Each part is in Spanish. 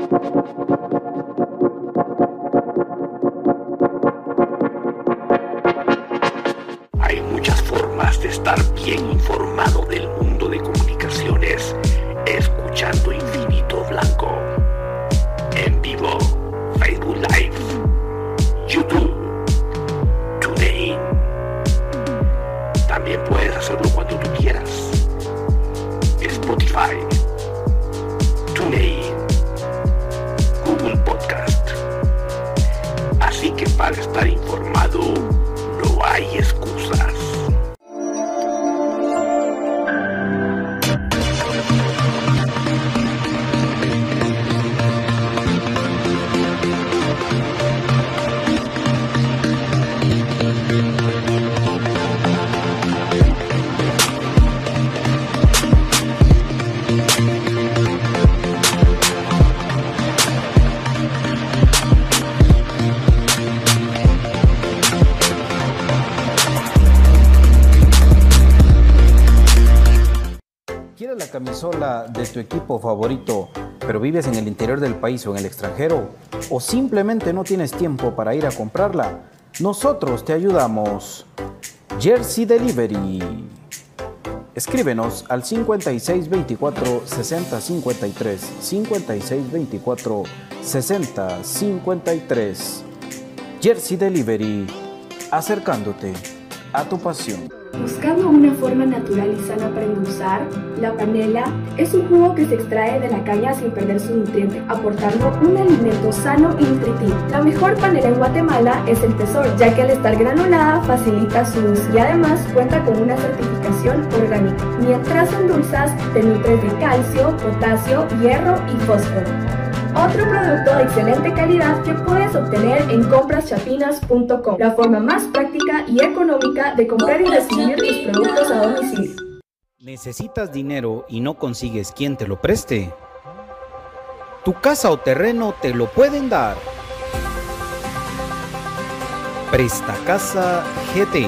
Hay muchas formas de estar bien informado del mundo de comunicaciones escuchando Infinito Blanco. En vivo, Facebook Live, YouTube, TuneIn. También puedes hacerlo cuando tú quieras. Spotify, TuneIn, Google Podcast. Así que para estar informado no hay excusas. ¿Quieres la camisola de tu equipo favorito, pero vives en el interior del país o en el extranjero? ¿O simplemente no tienes tiempo para ir a comprarla? Nosotros te ayudamos. Jersey Delivery. Escríbenos al 5624-6053, 5624-6053. Jersey Delivery, acercándote a tu pasión. Buscando una forma natural y sana para endulzar, la panela es un jugo que se extrae de la caña sin perder su nutriente, aportando un alimento sano y nutritivo. La mejor panela en Guatemala es el Tesoro, ya que al estar granulada facilita su uso y además cuenta con una certificación orgánica. Mientras endulzas, te nutres de calcio, potasio, hierro y fósforo. Otro producto de excelente calidad que puedes obtener en compraschapinas.com, la forma más práctica y económica de comprar y recibir tus productos a domicilio. ¿Necesitas dinero y no consigues quien te lo preste? Tu casa o terreno te lo pueden dar. Prestacasa GT.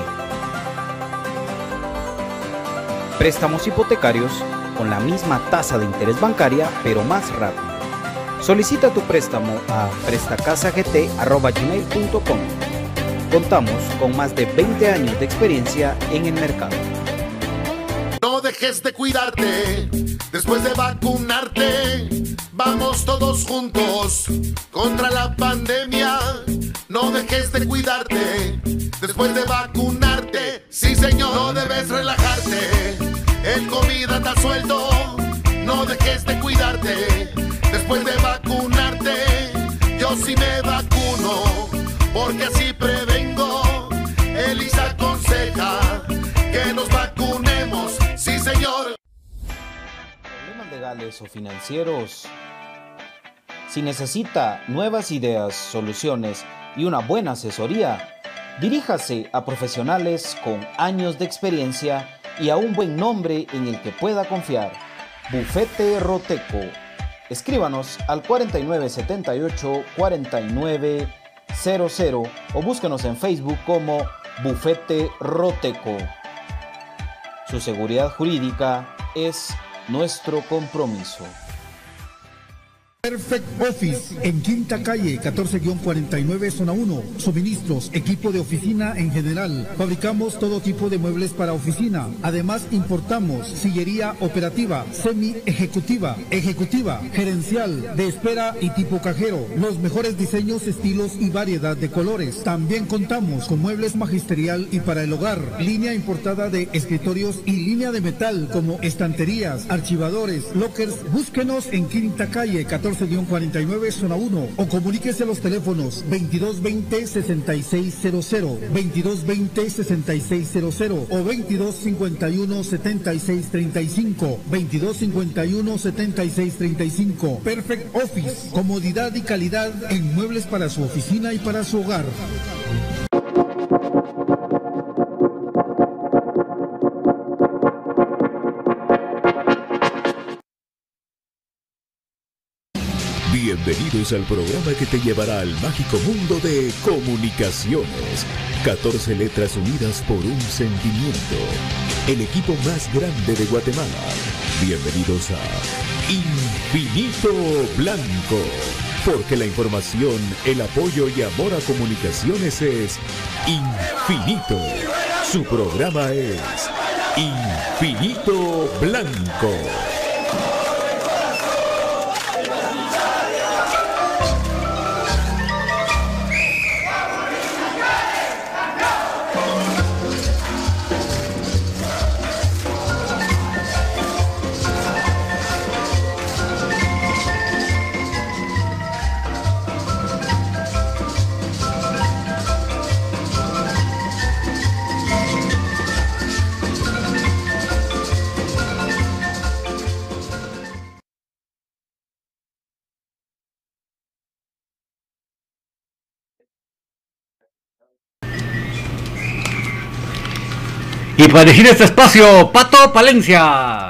Préstamos hipotecarios con la misma tasa de interés bancaria, pero más rápido. Solicita tu préstamo a prestacasagt@gmail.com. Contamos con más de 20 años de experiencia en el mercado. No dejes de cuidarte después de vacunarte. Vamos todos juntos contra la pandemia. No dejes de cuidarte después de vacunarte. Sí, señor, no debes relajarte. El COVID anda suelto. No dejes de cuidarte después de vacunarte. Yo sí me vacuno porque así prevengo. Elisa aconseja que nos vacunemos. Sí, señor. ¿Problemas legales o financieros? Si necesita nuevas ideas, soluciones y una buena asesoría, diríjase a profesionales con años de experiencia y a un buen nombre en el que pueda confiar. Bufete Roteco. Escríbanos al 4978-4900 o búsquenos en Facebook como Bufete Roteco. Su seguridad jurídica es nuestro compromiso. Perfect Office, en Quinta Calle, 14-49, zona 1. Suministros, equipo de oficina en general. Fabricamos todo tipo de muebles para oficina. Además, importamos sillería operativa, semi-ejecutiva, ejecutiva, gerencial, de espera y tipo cajero. Los mejores diseños, estilos y variedad de colores. También contamos con muebles magisterial y para el hogar. Línea importada de escritorios y línea de metal como estanterías, archivadores, lockers. Búsquenos en Quinta Calle, 14-49, zona 1, o comuníquese a los teléfonos 2220-6600, 2220-6600 o 2251-7635, 2251-7635. Perfect Office, comodidad y calidad en muebles para su oficina y para su hogar. Bienvenidos al programa que te llevará al mágico mundo de comunicaciones. 14 letras unidas por un sentimiento. El equipo más grande de Guatemala. Bienvenidos a Infinito Blanco. Porque la información, el apoyo y amor a comunicaciones es infinito. Su programa es Infinito Blanco. Y para dirigir este espacio, Pato Palencia.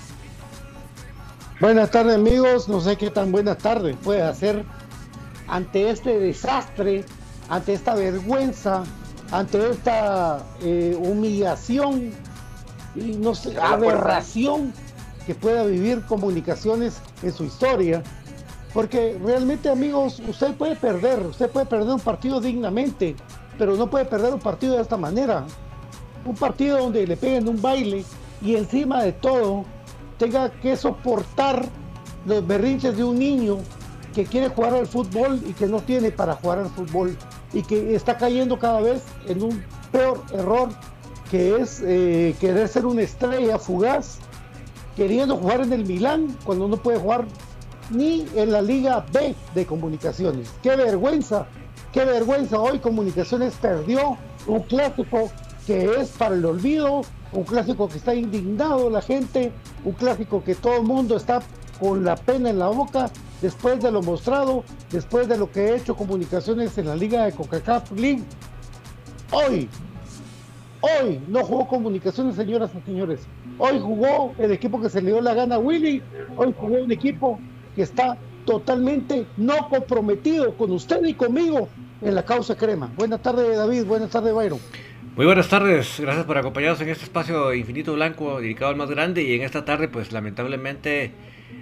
Buenas tardes, amigos. No sé qué tan buenas tardes puede hacer ante este desastre, ante esta vergüenza, ante esta humillación y no sé, aberración que pueda vivir Comunicaciones en su historia. Porque realmente, amigos, usted puede perder un partido dignamente, pero no puede perder un partido de esta manera. Un partido donde le peguen un baile y encima de todo tenga que soportar los berrinches de un niño que quiere jugar al fútbol y que no tiene para jugar al fútbol y que está cayendo cada vez en un peor error, que es querer ser una estrella fugaz, queriendo jugar en el Milán cuando no puede jugar ni en la Liga B de Comunicaciones. ¡Qué vergüenza! ¡Qué vergüenza! Hoy Comunicaciones perdió un clásico que es para el olvido, un clásico que está indignado la gente, un clásico que todo el mundo está con la pena en la boca después de lo mostrado, después de lo que ha hecho Comunicaciones en la Liga de CONCACAF League. Hoy no jugó Comunicaciones, señoras y señores. Hoy jugó el equipo que se le dio la gana a Willy. Hoy jugó un equipo que está totalmente no comprometido con usted y conmigo en la causa crema. Buenas tardes, David. Buenas tardes, Byron. Muy buenas tardes, gracias por acompañarnos en este espacio Infinito Blanco dedicado al más grande. Y en esta tarde, pues lamentablemente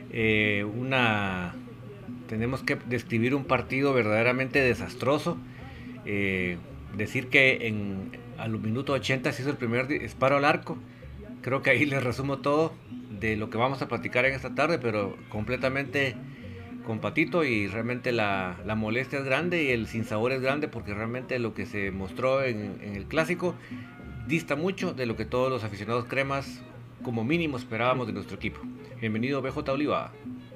tenemos que describir un partido verdaderamente desastroso. Decir que al minuto 80 se hizo el primer disparo al arco. Creo que ahí les resumo todo de lo que vamos a platicar en esta tarde, pero completamente con Patito, y realmente la molestia es grande y el sinsabor es grande, porque realmente lo que se mostró en el clásico dista mucho de lo que todos los aficionados cremas como mínimo esperábamos de nuestro equipo. Bienvenido, BJ Oliva.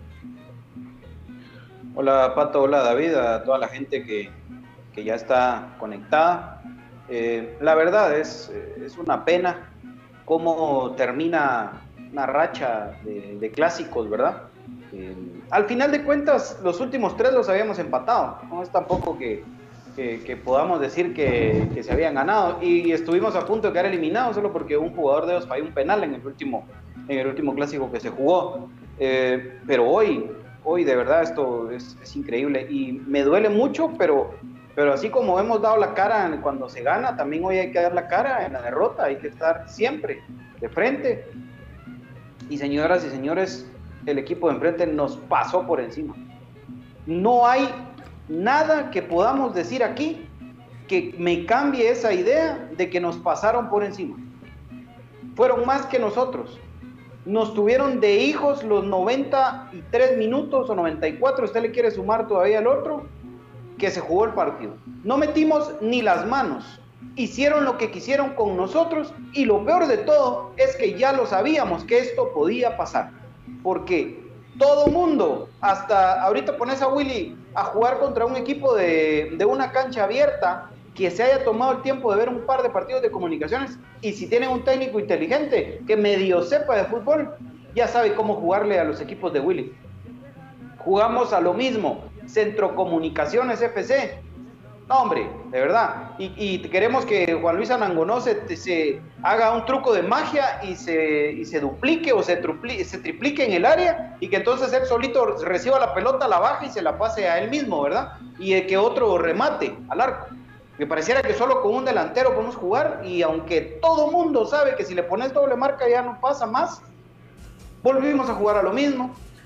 Hola Pato, hola David, a toda la gente que ya está conectada. La verdad es una pena cómo termina una racha de clásicos, ¿verdad? Al final de cuentas, los últimos 3 los habíamos empatado. No es tampoco que podamos decir que se habían ganado. Y estuvimos a punto de quedar eliminados solo porque un jugador de ellos falló un penal en el último clásico que se jugó. Pero hoy de verdad esto es increíble. Y me duele mucho, pero así como hemos dado la cara cuando se gana, también hoy hay que dar la cara en la derrota. Hay que estar siempre de frente. Y señoras y señores, el equipo de enfrente nos pasó por encima. No hay nada que podamos decir aquí que me cambie esa idea de que nos pasaron por encima. Fueron más que nosotros. Nos tuvieron de hijos los 93 minutos o 94, usted le quiere sumar todavía el otro, que se jugó el partido. No metimos ni las manos. Hicieron lo que quisieron con nosotros, y lo peor de todo es que ya lo sabíamos que esto podía pasar. Porque todo mundo, hasta ahorita pones a Willy a jugar contra un equipo de una cancha abierta, que se haya tomado el tiempo de ver un par de partidos de Comunicaciones, y si tienen un técnico inteligente que medio sepa de fútbol, ya sabe cómo jugarle a los equipos de Willy. Jugamos a lo mismo, Centro Comunicaciones FC. No, hombre, de verdad. Y queremos que Juan Luis Anangonó se haga un truco de magia y se duplique o se triplique en el área, y que entonces él solito reciba la pelota, la baja y se la pase a él mismo, ¿verdad? Y que otro remate al arco. Me pareciera que solo con un delantero podemos jugar, y aunque todo mundo sabe que si le pones doble marca ya no pasa más, volvimos a jugar a lo mismo.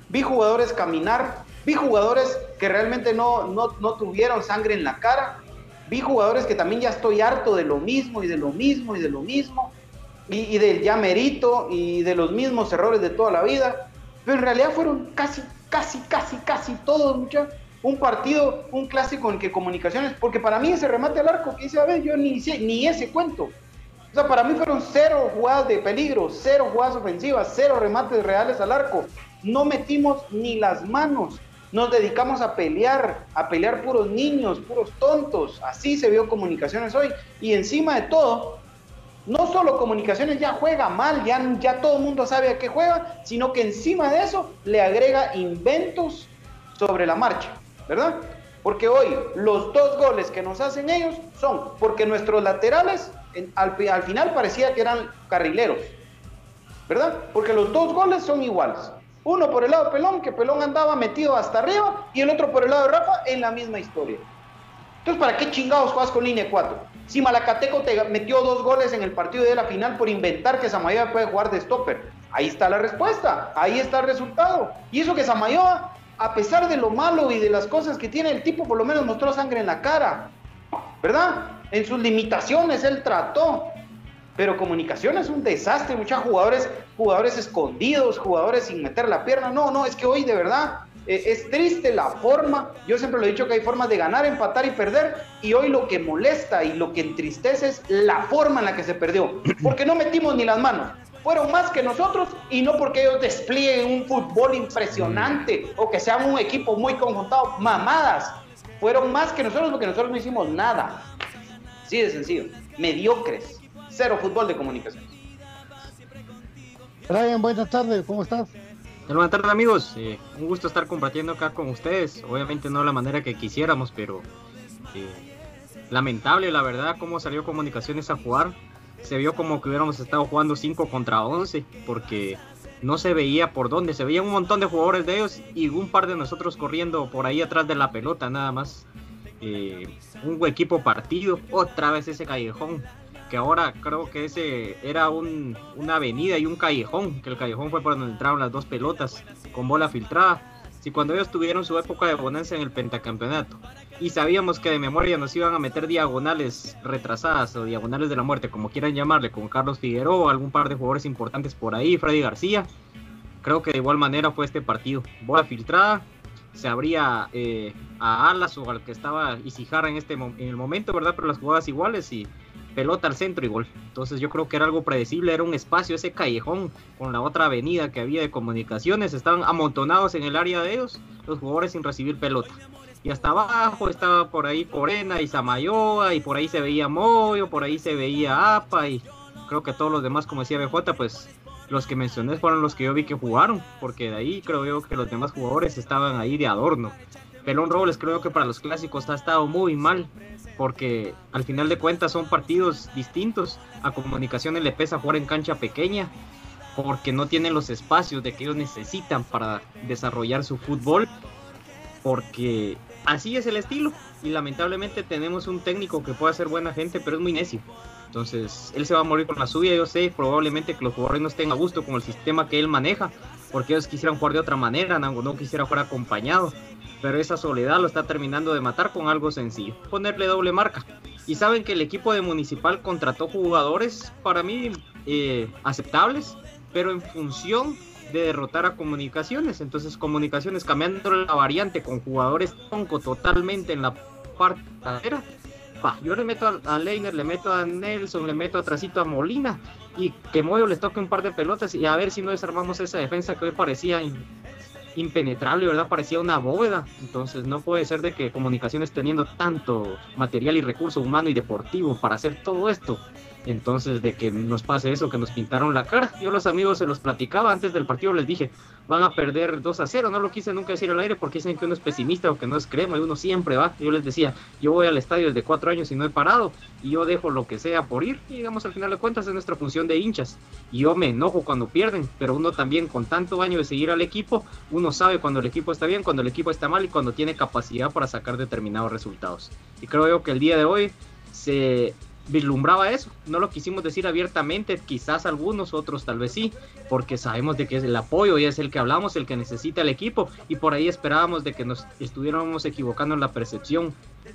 vi jugadores caminar, vi jugadores que realmente no tuvieron sangre en la cara, vi jugadores que también ya estoy harto de lo mismo y de lo mismo y de lo mismo, y del ya merito y de los mismos errores de toda la vida, pero en realidad fueron casi todos, muchachos. Un partido, un clásico en el que Comunicaciones, porque para mí ese remate al arco que dice, a ver, yo ni ese cuento. O sea, para mí fueron 0 jugadas de peligro, 0 jugadas ofensivas, 0 remates reales al arco. No metimos ni las manos, nos dedicamos a pelear puros niños, puros tontos. Así se vio Comunicaciones hoy. Y encima de todo, no solo Comunicaciones ya juega mal, ya todo el mundo sabe a qué juega, sino que encima de eso le agrega inventos sobre la marcha, ¿verdad? Porque hoy los 2 goles que nos hacen ellos son porque nuestros laterales al final parecía que eran carrileros, ¿verdad? Porque los 2 goles son iguales. Uno por el lado de Pelón, que Pelón andaba metido hasta arriba, y el otro por el lado de Rafa en la misma historia. Entonces, ¿para qué chingados juegas con línea 4? Si Malacateco te metió 2 goles en el partido de la final por inventar que Samayoa puede jugar de stopper. Ahí está la respuesta, ahí está el resultado. Y eso que Samayoa, a pesar de lo malo y de las cosas que tiene, el tipo por lo menos mostró sangre en la cara, ¿verdad? En sus limitaciones él trató. Pero Comunicaciones es un desastre, muchos jugadores escondidos, jugadores sin meter la pierna. No, es que hoy de verdad es triste la forma. Yo siempre lo he dicho que hay formas de ganar, empatar y perder, y hoy lo que molesta y lo que entristece es la forma en la que se perdió, porque no metimos ni las manos. Fueron más que nosotros, y no porque ellos desplieguen un fútbol impresionante o que sean un equipo muy conjuntado, mamadas. Fueron más que nosotros porque nosotros no hicimos nada. Así de sencillo, mediocres. 0 fútbol de Comunicaciones. Brian, buenas tardes, ¿cómo estás? Buenas tardes, amigos, un gusto estar compartiendo acá con ustedes. Obviamente no de la manera que quisiéramos, pero lamentable la verdad cómo salió Comunicaciones a jugar. Se vio como que hubiéramos estado jugando 5 contra 11, porque no se veía por dónde. Se veía un montón de jugadores de ellos y un par de nosotros corriendo por ahí atrás de la pelota nada más. Un equipo partido, otra vez ese callejón, que ahora creo que ese era una avenida y un callejón, que el callejón fue por donde entraron las 2 pelotas con bola filtrada. Si cuando ellos tuvieron su época de bonanza en el pentacampeonato y sabíamos que de memoria nos iban a meter diagonales retrasadas o diagonales de la muerte, como quieran llamarle, con Carlos Figueroa, algún par de jugadores importantes por ahí, Freddy García, creo que de igual manera fue este partido. Bola filtrada, se abría a Alas o al que estaba Isijarra en el momento, ¿verdad? Pero las jugadas iguales y pelota al centro y gol. Entonces yo creo que era algo predecible, era un espacio, ese callejón con la otra avenida que había de Comunicaciones, estaban amontonados en el área de ellos, los jugadores sin recibir pelota. Y hasta abajo estaba por ahí Corena y Samayoa, y por ahí se veía Moyo, por ahí se veía Apa, y creo que todos los demás, como decía BJ, pues los que mencioné fueron los que yo vi que jugaron, porque de ahí creo yo que los demás jugadores estaban ahí de adorno. Pelón Robles creo que para los clásicos ha estado muy mal, porque al final de cuentas son partidos distintos. A Comunicaciones le pesa jugar en cancha pequeña, porque no tienen los espacios de que ellos necesitan para desarrollar su fútbol, porque así es el estilo, y lamentablemente tenemos un técnico que puede ser buena gente, pero es muy necio. Entonces él se va a morir con la suya. Yo sé probablemente que los jugadores no estén a gusto con el sistema que él maneja, porque ellos quisieran jugar de otra manera, no quisieran jugar acompañado, pero esa soledad lo está terminando de matar con algo sencillo: ponerle doble marca. Y saben que el equipo de Municipal contrató jugadores para mí aceptables, pero en función de derrotar a Comunicaciones. Entonces Comunicaciones, cambiando la variante con jugadores tronco totalmente en la parte trasera, yo le meto a Leiner, le meto a Nelson, le meto atrasito a Molina, y que Moyo les toque un par de pelotas, y a ver si no desarmamos esa defensa que hoy parecía impenetrable, ¿verdad? Parecía una bóveda. Entonces no puede ser de que Comunicaciones, teniendo tanto material y recurso humano y deportivo para hacer todo esto, entonces de que nos pase eso, que nos pintaron la cara. Yo a los amigos se los platicaba antes del partido, les dije, van a perder 2-0, no lo quise nunca decir al aire porque dicen que uno es pesimista o que no es crema, y uno siempre va. Yo les decía, yo voy al estadio desde 4 años y no he parado, y yo dejo lo que sea por ir, y digamos, al final de cuentas es nuestra función de hinchas, y yo me enojo cuando pierden, pero uno también, con tanto año de seguir al equipo, uno sabe cuando el equipo está bien, cuando el equipo está mal, y cuando tiene capacidad para sacar determinados resultados. Y creo yo que el día de hoy se vislumbraba eso. No lo quisimos decir abiertamente, quizás algunos, otros tal vez sí, porque sabemos de que es el apoyo y es el que hablamos, el que necesita el equipo, y por ahí esperábamos de que nos estuviéramos equivocando en la percepción,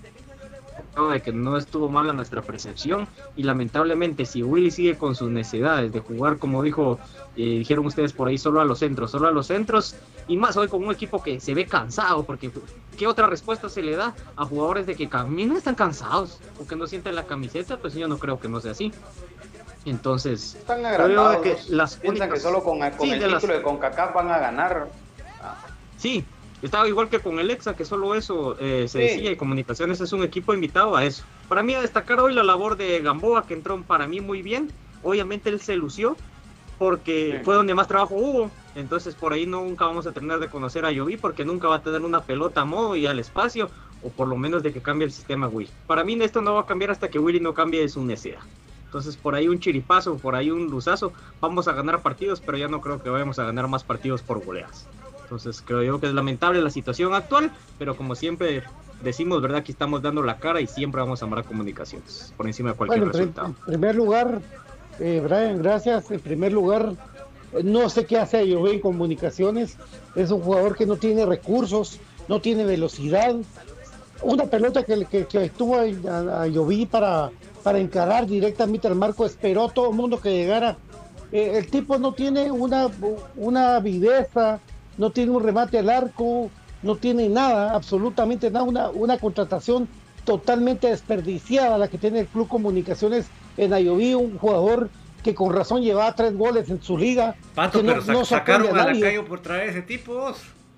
de que no estuvo mala nuestra percepción, y lamentablemente si Willy sigue con sus necesidades de jugar, como dijeron ustedes por ahí, solo a los centros, y más hoy con un equipo que se ve cansado, porque ¿qué otra respuesta se le da a jugadores de que caminan están cansados o que no sienten la camiseta? Pues yo no creo que no sea así. Entonces están agrandados, que piensan que solo con el título de CONCACAF van a ganar. Sí, estaba igual que con el Exa, que solo eso se decía, y Comunicaciones es un equipo invitado a eso. Para mí, a destacar hoy la labor de Gamboa, que entró para mí muy bien. Obviamente él se lució porque fue donde más trabajo hubo, entonces por ahí nunca vamos a terminar de conocer a Yoví, porque nunca va a tener una pelota a modo y al espacio, o por lo menos de que cambie el sistema Willy. Para mí esto no va a cambiar hasta que Willy no cambie de su necesidad. Entonces por ahí un chiripazo, por ahí un luzazo, vamos a ganar partidos, pero ya no creo que vayamos a ganar más partidos por goleadas. Entonces creo yo que es lamentable la situación actual, pero como siempre decimos, ¿verdad? Aquí estamos dando la cara y siempre vamos a amar a Comunicaciones por encima de cualquier resultado. En primer lugar, Brian, gracias. En primer lugar, no sé qué hace Yoví en Comunicaciones. Es un jugador que no tiene recursos, no tiene velocidad. Una pelota que estuvo a Yoví para encarar directamente al marco, esperó todo el mundo que llegara. El tipo no tiene una viveza, no tiene un remate al arco, no tiene nada, absolutamente nada, una contratación totalmente desperdiciada la que tiene el Club Comunicaciones en Ayoví, un jugador que con razón llevaba 3 goles en su liga. Pato, pero no sacaron a Lacayo por traer ese tipo.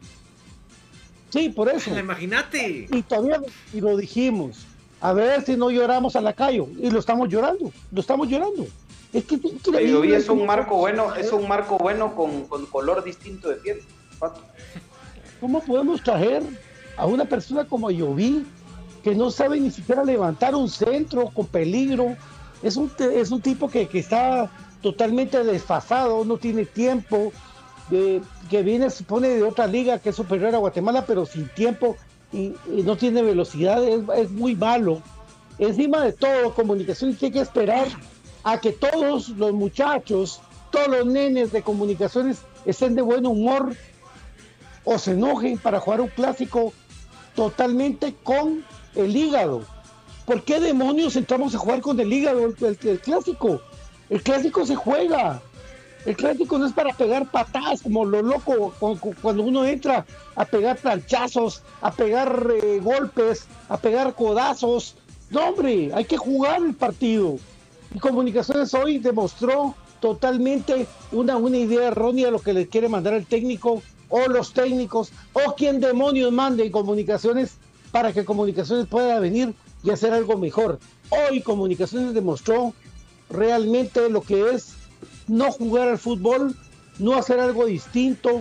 Sí, por eso. Imagínate. Y todavía lo dijimos, a ver si no lloramos a Lacayo, y lo estamos llorando. Es que Ayoví es un marco bueno con color distinto de piel, Pato. ¿Cómo podemos traer a una persona como Ayoví, que no sabe ni siquiera levantar un centro con peligro? Es un tipo que está totalmente desfasado, no tiene tiempo, que viene, supone, de otra liga que es superior a Guatemala, pero sin tiempo y no tiene velocidad, es muy malo. Encima de todo, Comunicaciones tiene que esperar a que todos los muchachos, todos los nenes de Comunicaciones estén de buen humor o se enojen para jugar un clásico totalmente con el hígado. ¿Por qué demonios entramos a jugar con el hígado el clásico? El clásico se juega. El clásico no es para pegar patadas como lo loco cuando uno entra a pegar planchazos, a pegar golpes, a pegar codazos. No, hombre, hay que jugar el partido. Y Comunicaciones hoy demostró totalmente una idea errónea de lo que le quiere mandar el técnico o los técnicos o quien demonios mande en Comunicaciones para que Comunicaciones pueda venir y hacer algo mejor. Hoy Comunicaciones demostró realmente lo que es no jugar al fútbol, no hacer algo distinto,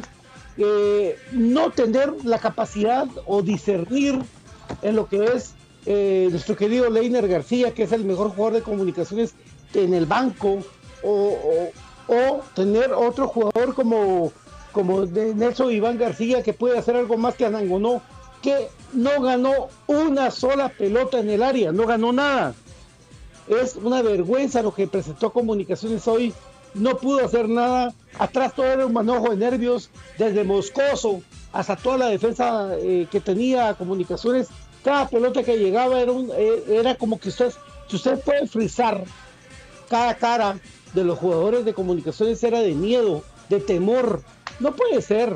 no tener la capacidad o discernir en lo que es nuestro querido Leiner García, que es el mejor jugador de Comunicaciones en el banco, o tener otro jugador como de Nelson Iván García, que puede hacer algo más que Anangonó, que no ganó una sola pelota en el área, no ganó nada. Es una vergüenza lo que presentó Comunicaciones hoy. No pudo hacer nada. Atrás todo era un manojo de nervios, desde Moscoso hasta toda la defensa que tenía Comunicaciones. Cada pelota que llegaba era como que si usted puede frizar cada cara de los jugadores de Comunicaciones, era de miedo, de temor. No puede ser.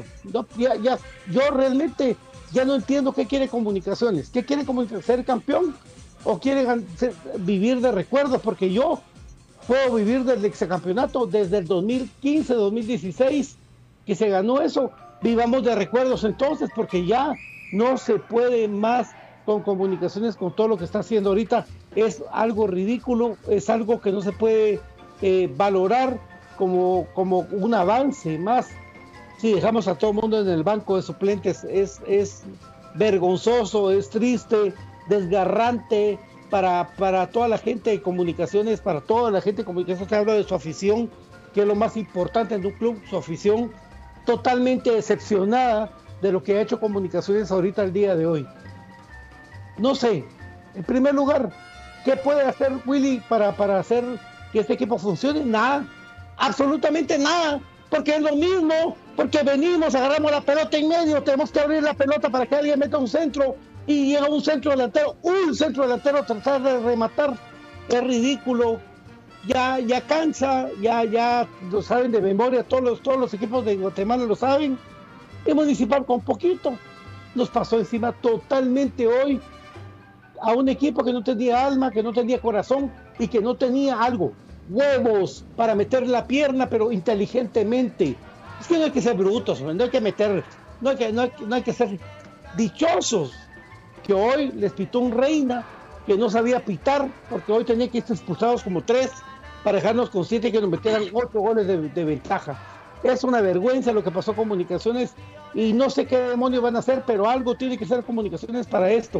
Yo realmente ya no entiendo qué quiere Comunicaciones. ¿Qué quiere Comunicaciones? ¿Ser campeón? ¿O quiere vivir de recuerdos? Porque yo puedo vivir del excampeonato desde el 2015, 2016, que se ganó eso. Vivamos de recuerdos entonces, porque ya no se puede más con Comunicaciones, con todo lo que está haciendo ahorita. Es algo ridículo, es algo que no se puede valorar como un avance más. Si dejamos a todo el mundo en el banco de suplentes, es vergonzoso, es triste, desgarrante para toda la gente de Comunicaciones, para toda la gente de Comunicaciones. Se habla de su afición, que es lo más importante en un club, su afición totalmente decepcionada de lo que ha hecho Comunicaciones ahorita el día de hoy. No sé, en primer lugar, ¿Qué puede hacer Willy para hacer que este equipo funcione? Nada, absolutamente nada, porque es lo mismo, porque venimos, agarramos la pelota en medio, tenemos que abrir la pelota para que alguien meta un centro y llega un centro delantero tratar de rematar, es ridículo, ya cansa, ya lo saben de memoria, todos los equipos de Guatemala lo saben. El Municipal con poquito nos pasó encima totalmente hoy a un equipo que no tenía alma, que no tenía corazón y que no tenía algo, huevos para meter la pierna, pero inteligentemente. Es que no hay que ser brutos, no hay que meter, no hay que ser dichosos, que hoy les pitó un Reina que no sabía pitar, porque hoy tenía que estar expulsados como 3 para dejarnos conscientes que nos metieran 8 goles de ventaja. Es una vergüenza lo que pasó con Comunicaciones y no sé qué demonios van a hacer, pero algo tiene que ser Comunicaciones para esto.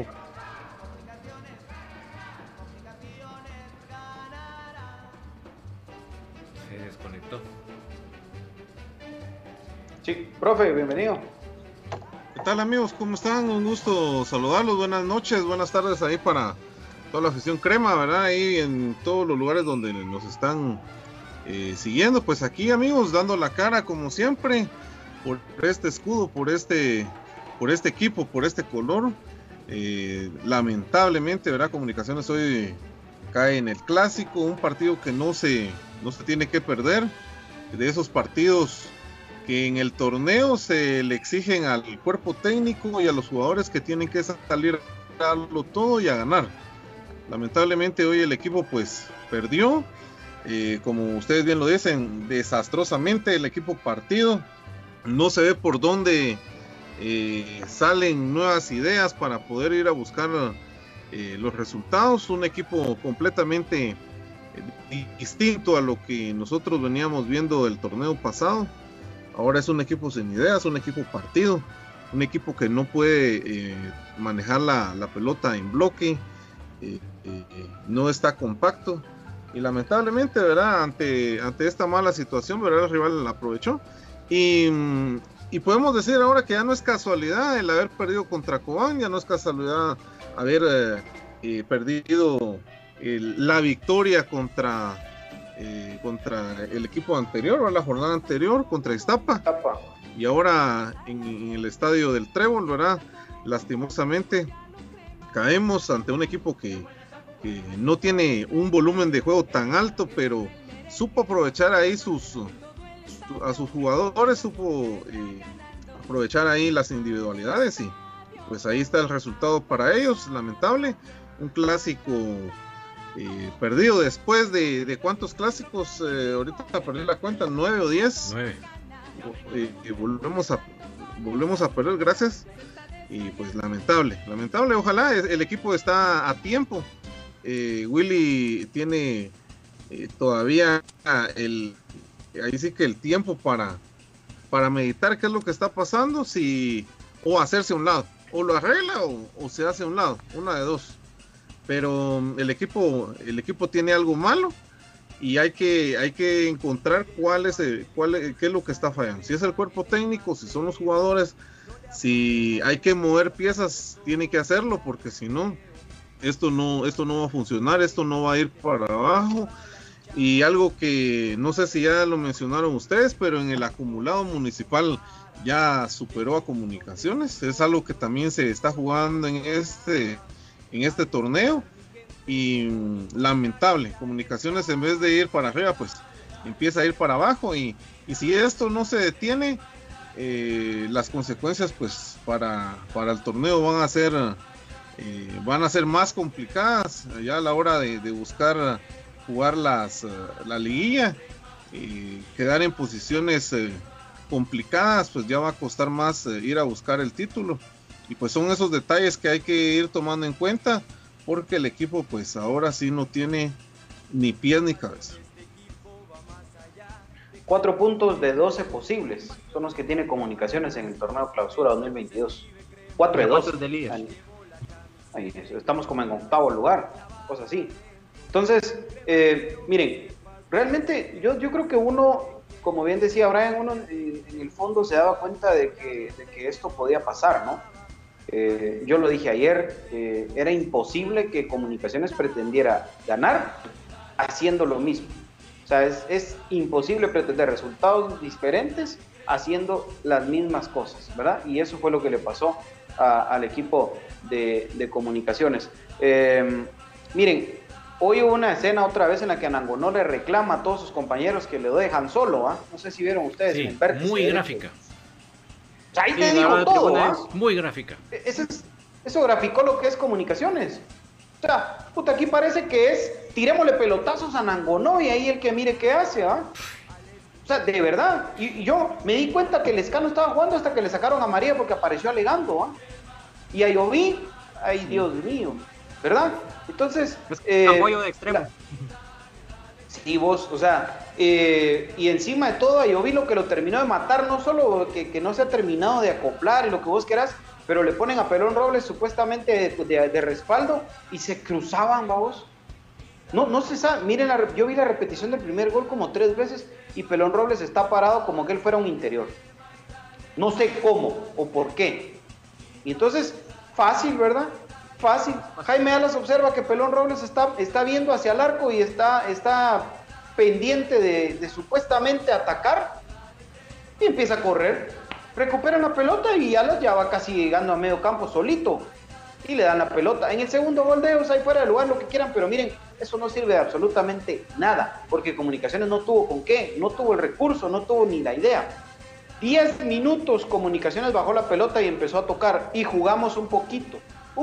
Se desconectó. Sí, profe, bienvenido. ¿Qué tal, amigos? ¿Cómo están? Un gusto saludarlos. Buenas noches, buenas tardes ahí para toda la afición crema, ¿verdad? Ahí en todos los lugares donde nos están siguiendo. Pues aquí, amigos, dando la cara como siempre por este escudo, por este equipo, por este color. Lamentablemente, ¿verdad? Comunicaciones hoy cae en el clásico, un partido que no se tiene que perder, de esos partidos que en el torneo se le exigen al cuerpo técnico y a los jugadores que tienen que salir a darlo todo y a ganar. Lamentablemente hoy el equipo pues perdió, como ustedes bien lo dicen, desastrosamente el equipo partido, no se ve por dónde salen nuevas ideas para poder ir a buscar los resultados. Un equipo completamente distinto a lo que nosotros veníamos viendo del torneo pasado. Ahora es un equipo sin ideas, un equipo partido, un equipo que no puede manejar la pelota en bloque, no está compacto y lamentablemente, ¿verdad? Ante esta mala situación, ¿verdad? El rival la aprovechó y podemos decir ahora que ya no es casualidad el haber perdido contra Cobán, ya no es casualidad haber perdido la victoria contra el equipo anterior, o la jornada anterior contra Iztapa, y ahora en el estadio del Trébol, ¿verdad? Lastimosamente caemos ante un equipo que no tiene un volumen de juego tan alto, pero supo aprovechar ahí a sus jugadores, supo aprovechar ahí las individualidades y pues ahí está el resultado para ellos, lamentable. Un clásico perdido después de ¿cuántos clásicos? Ahorita perdí la cuenta, 9 o 10. 9. Volvemos a perder, gracias. Y pues lamentable. Ojalá el equipo está a tiempo. Willy tiene todavía ahí sí que el tiempo para meditar qué es lo que está pasando, o hacerse a un lado, o lo arregla o se hace a un lado, una de dos. Pero el equipo tiene algo malo y hay que encontrar qué es lo que está fallando. Si es el cuerpo técnico, si son los jugadores, si hay que mover piezas, tiene que hacerlo, porque si no, esto no va a funcionar, esto no va a ir para abajo. Y algo que no sé si ya lo mencionaron ustedes, pero en el acumulado municipal ya superó a Comunicaciones. Es algo que también se está jugando en este torneo y lamentable. Comunicaciones, en vez de ir para arriba, pues empieza a ir para abajo, y si esto no se detiene, las consecuencias pues para el torneo van a ser más complicadas ya a la hora de buscar jugar la liguilla. Quedar en posiciones complicadas, pues ya va a costar más ir a buscar el título. Y pues son esos detalles que hay que ir tomando en cuenta, porque el equipo pues ahora sí no tiene ni pies ni cabeza. 4 puntos de 12 posibles son los que tiene Comunicaciones en el torneo Clausura 2022. 4 de 12. Ahí estamos como en 8º lugar, cosas así. Entonces, miren, realmente yo creo que uno, como bien decía Brian, uno en el fondo se daba cuenta de que esto podía pasar, ¿no? Yo lo dije ayer, era imposible que Comunicaciones pretendiera ganar haciendo lo mismo. O sea, es imposible pretender resultados diferentes haciendo las mismas cosas, ¿verdad? Y eso fue lo que le pasó al equipo de Comunicaciones. Miren, hoy hubo una escena otra vez en la que Anangonó le reclama a todos sus compañeros que le dejan solo, ¿ah? No sé si vieron ustedes. Sí, muy gráfica. O sea, ahí te digo todo, ¿ah? Muy gráfica. Eso graficó lo que es Comunicaciones. O sea, puta, aquí parece que es tirémosle pelotazos a Anangonó y ahí el que mire qué hace, ¿ah? O sea, de verdad. Y yo me di cuenta que Lescano estaba jugando hasta que le sacaron a María porque apareció alegando, ¿ah? Y a Lloví, ay Dios mío, ¿verdad? Entonces... apoyo de extremo. Sí, vos, o sea, y encima de todo a Lloví lo que lo terminó de matar, no solo que no se ha terminado de acoplar y lo que vos querás, pero le ponen a Pelón Robles supuestamente de respaldo y se cruzaban, vamos. No se sabe, miren, yo vi la repetición del primer gol como 3 veces y Pelón Robles está parado como que él fuera un interior. No sé cómo o por qué. Y entonces, fácil, ¿verdad? Fácil. Jaime Alas observa que Pelón Robles está viendo hacia el arco y está pendiente de supuestamente atacar y empieza a correr. Recuperan la pelota y Alas ya va casi llegando a medio campo solito y le dan la pelota. En el segundo gol de ellos, ahí fuera de lugar, lo que quieran, pero miren, eso no sirve de absolutamente nada, porque Comunicaciones no tuvo con qué, no tuvo el recurso, no tuvo ni la idea. 10 minutos Comunicaciones bajó la pelota y empezó a tocar y jugamos un poquito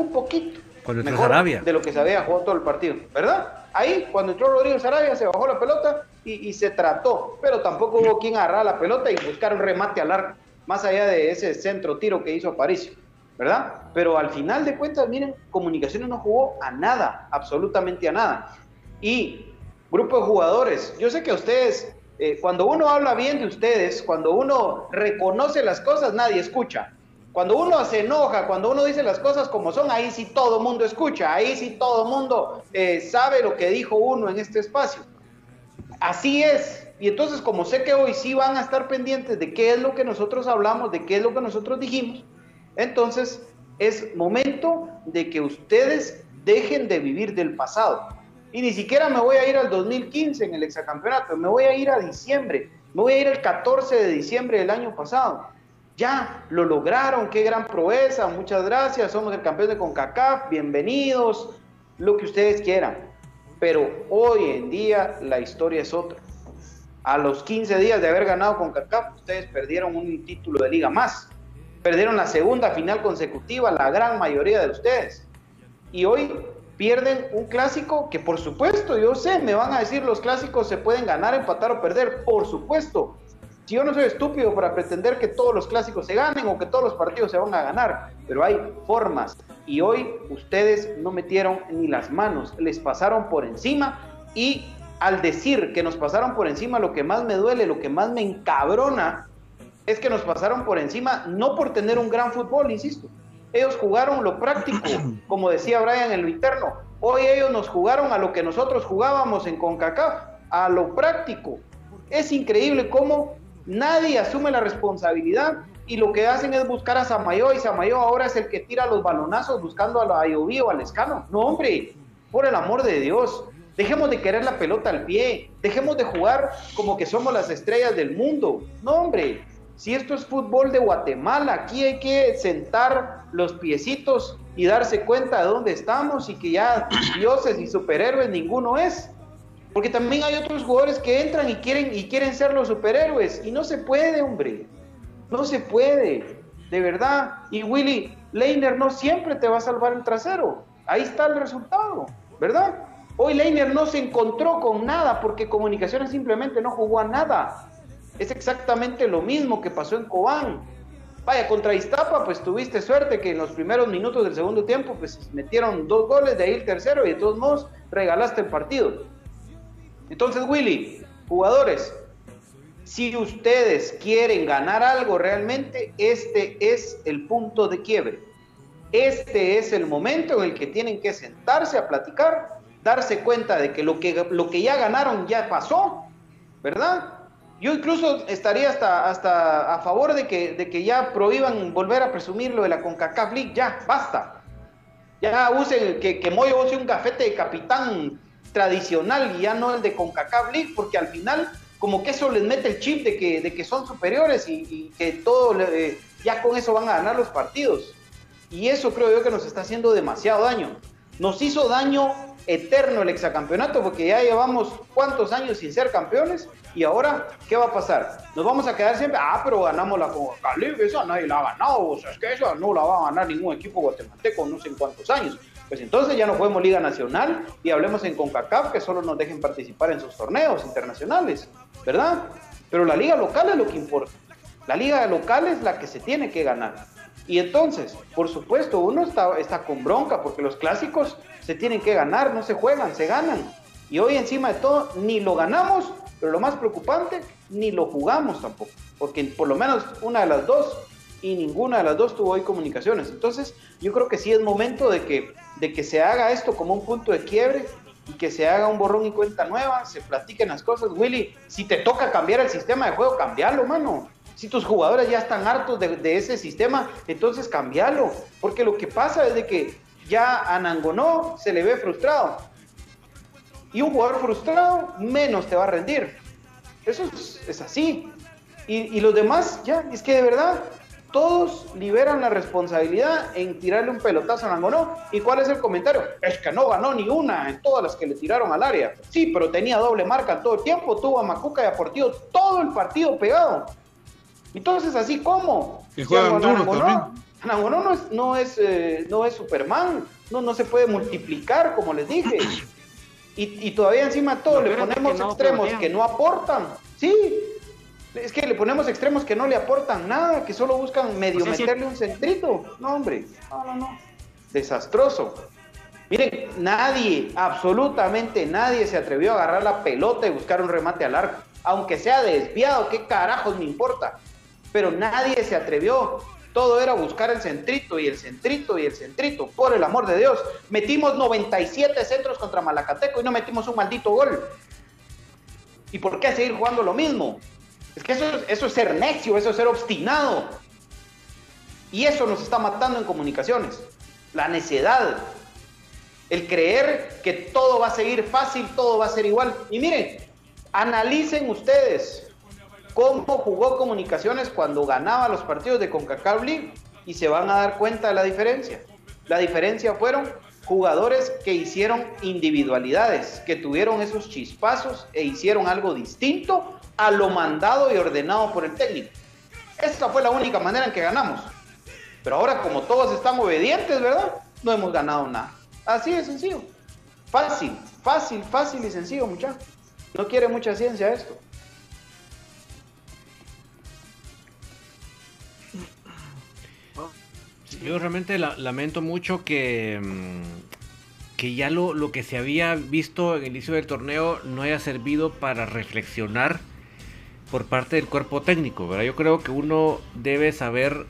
cuando mejor Sarabia, de lo que se había jugado todo el partido, ¿verdad? Ahí, cuando entró Rodrigo Sarabia, se bajó la pelota y se trató, pero tampoco hubo quien agarrar la pelota y buscar un remate al arco, más allá de ese centro tiro que hizo Aparicio, ¿verdad? Pero al final de cuentas, miren, Comunicaciones no jugó a nada, absolutamente a nada. Y grupo de jugadores, yo sé que ustedes, cuando uno habla bien de ustedes, cuando uno reconoce las cosas, nadie escucha. Cuando uno se enoja, cuando uno dice las cosas como son, ahí sí todo el mundo escucha, ahí sí todo el mundo sabe lo que dijo uno en este espacio. Así es. Y entonces, como sé que hoy sí van a estar pendientes de qué es lo que nosotros hablamos, de qué es lo que nosotros dijimos, entonces es momento de que ustedes dejen de vivir del pasado. Y ni siquiera me voy a ir al 2015 en el hexacampeonato, me voy a ir a diciembre, me voy a ir el 14 de diciembre del año pasado. Ya, lo lograron, qué gran proeza, muchas gracias, somos el campeón de CONCACAF, bienvenidos, lo que ustedes quieran. Pero hoy en día la historia es otra. A los 15 días de haber ganado CONCACAF, ustedes perdieron un título de liga más. Perdieron la segunda final consecutiva, la gran mayoría de ustedes. Y hoy pierden un clásico que, por supuesto, yo sé, me van a decir los clásicos se pueden ganar, empatar o perder, por supuesto. Si yo no soy estúpido para pretender que todos los clásicos se ganen o que todos los partidos se van a ganar, pero hay formas. Y hoy ustedes no metieron ni las manos, les pasaron por encima. Y al decir que nos pasaron por encima, lo que más me duele, lo que más me encabrona, es que nos pasaron por encima no por tener un gran fútbol, insisto. Ellos jugaron lo práctico, como decía Brian en lo interno. Hoy ellos nos jugaron a lo que nosotros jugábamos en CONCACAF, a lo práctico. Es increíble cómo nadie asume la responsabilidad y lo que hacen es buscar a Samayo, y Samayo ahora es el que tira los balonazos buscando a Lloví o a Lescano. No, hombre, por el amor de Dios, dejemos de querer la pelota al pie, dejemos de jugar como que somos las estrellas del mundo. No, hombre, si esto es fútbol de Guatemala, aquí hay que sentar los piecitos y darse cuenta de dónde estamos y que ya dioses y superhéroes ninguno es. Porque también hay otros jugadores que entran y quieren ser los superhéroes. Y no se puede, hombre. No se puede. De verdad. Y Willy, Leiner no siempre te va a salvar el trasero. Ahí está el resultado, ¿verdad? Hoy Leiner no se encontró con nada porque Comunicaciones simplemente no jugó a nada. Es exactamente lo mismo que pasó en Cobán. Vaya, contra Iztapa, pues tuviste suerte que en los primeros minutos del segundo tiempo, pues metieron 2 goles, de ahí el tercero, y de todos modos regalaste el partido. Entonces, Willy, jugadores, si ustedes quieren ganar algo realmente, este es el punto de quiebre. Este es el momento en el que tienen que sentarse a platicar, darse cuenta de que lo que ya ganaron ya pasó, ¿verdad? Yo incluso estaría hasta a favor de que ya prohíban volver a presumir lo de la CONCACAF League, ya, basta. Ya usen, que Moyo use un gafete de capitán tradicional y ya no el de CONCACAF League, porque al final como que eso les mete el chip de que son superiores y que todo, ya con eso van a ganar los partidos. Y eso creo yo que nos está haciendo demasiado daño. Nos hizo daño eterno el hexacampeonato, porque ya llevamos cuántos años sin ser campeones, y ahora, ¿qué va a pasar? Nos vamos a quedar siempre, pero ganamos la CONCACAF League, esa nadie la ha ganado, o sea, es que esa no la va a ganar ningún equipo guatemalteco, no sé en cuántos años. Pues entonces ya no juguemos Liga Nacional y hablemos en CONCACAF, que solo nos dejen participar en sus torneos internacionales, ¿verdad? Pero la liga local es lo que importa. La liga local es la que se tiene que ganar. Y entonces, por supuesto, uno está con bronca, porque los clásicos se tienen que ganar, no se juegan, se ganan. Y hoy encima de todo, ni lo ganamos, pero lo más preocupante, ni lo jugamos tampoco. Porque por lo menos una de las dos, y ninguna de las dos tuvo hoy comunicaciones. Entonces, yo creo que sí es momento de que se haga esto como un punto de quiebre, y que se haga un borrón y cuenta nueva, se platiquen las cosas. Willy, si te toca cambiar el sistema de juego, cambialo, mano. Si tus jugadores ya están hartos de ese sistema, entonces cambialo. Porque lo que pasa es de que ya a Nangonó se le ve frustrado. Y un jugador frustrado menos te va a rendir. Eso es así. Y los demás, ya, es que de verdad, todos liberan la responsabilidad en tirarle un pelotazo a Nangonó. ¿Y cuál es el comentario? Es que no ganó ni una en todas las que le tiraron al área. Sí, pero tenía doble marca todo el tiempo, tuvo a Macuca y a Portillo todo el partido pegado. Entonces, ¿así cómo? Y juegan duro también. Nangonó no es Superman, no se puede multiplicar, como les dije. Y todavía encima de todo le ponemos extremos que no aportan. Sí, es que le ponemos extremos que no le aportan nada, que solo buscan medio meterle un centrito. No, hombre, no. Desastroso. Miren, nadie, absolutamente nadie se atrevió a agarrar la pelota y buscar un remate al arco. Aunque sea desviado, ¿qué carajos me importa? Pero nadie se atrevió. Todo era buscar el centrito y el centrito y el centrito. Por el amor de Dios, metimos 97 centros contra Malacateco y no metimos un maldito gol. ¿Y por qué seguir jugando lo mismo? Es que eso es ser necio, eso es ser obstinado. Y eso nos está matando en comunicaciones. La necedad. El creer que todo va a seguir fácil, todo va a ser igual. Y miren, analicen ustedes cómo jugó Comunicaciones cuando ganaba los partidos de CONCACAF League y se van a dar cuenta de la diferencia. La diferencia fueron jugadores que hicieron individualidades, que tuvieron esos chispazos e hicieron algo distinto a lo mandado y ordenado por el técnico. Esa fue la única manera en que ganamos. Pero ahora, como todos están obedientes, ¿verdad? No hemos ganado nada. Así de sencillo. Fácil y sencillo, muchachos. No quiere mucha ciencia esto. Yo realmente lamento mucho que ya lo que se había visto en el inicio del torneo no haya servido para reflexionar por parte del cuerpo técnico, ¿verdad? Yo creo que uno debe saber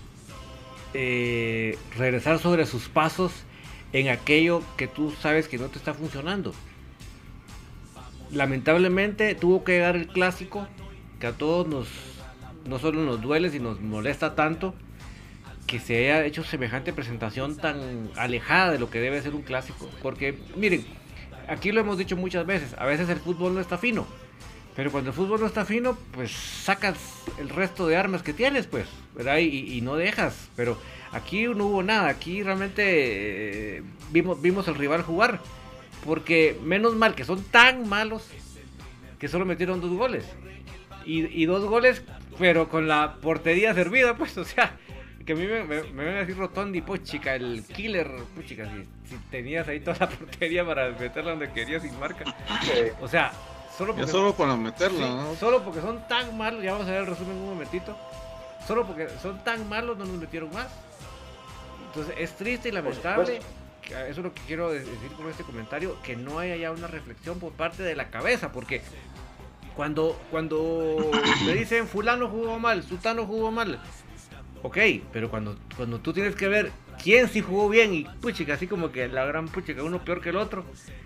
regresar sobre sus pasos en aquello que tú sabes que no te está funcionando. Lamentablemente tuvo que llegar el clásico, que a todos no solo nos duele, sino nos molesta tanto que se haya hecho semejante presentación tan alejada de lo que debe ser un clásico. Porque, miren, aquí lo hemos dicho muchas veces, a veces el fútbol no está fino, pero cuando el fútbol no está fino, pues sacas el resto de armas que tienes, pues, ¿verdad? Y no dejas, pero aquí no hubo nada, aquí realmente vimos al rival jugar, porque menos mal que son tan malos que solo metieron 2 goles, y 2 goles, pero con la portería servida, pues, o sea, que a mí me ven a decir Rotondi, puchica, el killer, puchica, si tenías ahí toda la portería para meterla donde querías sin marca. O sea, solo para meterla, sí, ¿no? Solo porque son tan malos, ya vamos a ver el resumen un momentito. Solo porque son tan malos no nos metieron más. Entonces es triste y lamentable, eso es lo que quiero decir con este comentario, que no haya ya una reflexión por parte de la cabeza, porque cuando me dicen fulano jugó mal, sutano jugó mal, ok, pero cuando tú tienes que ver quién sí jugó bien y puchica, así como que la gran puchica, uno peor que el otro,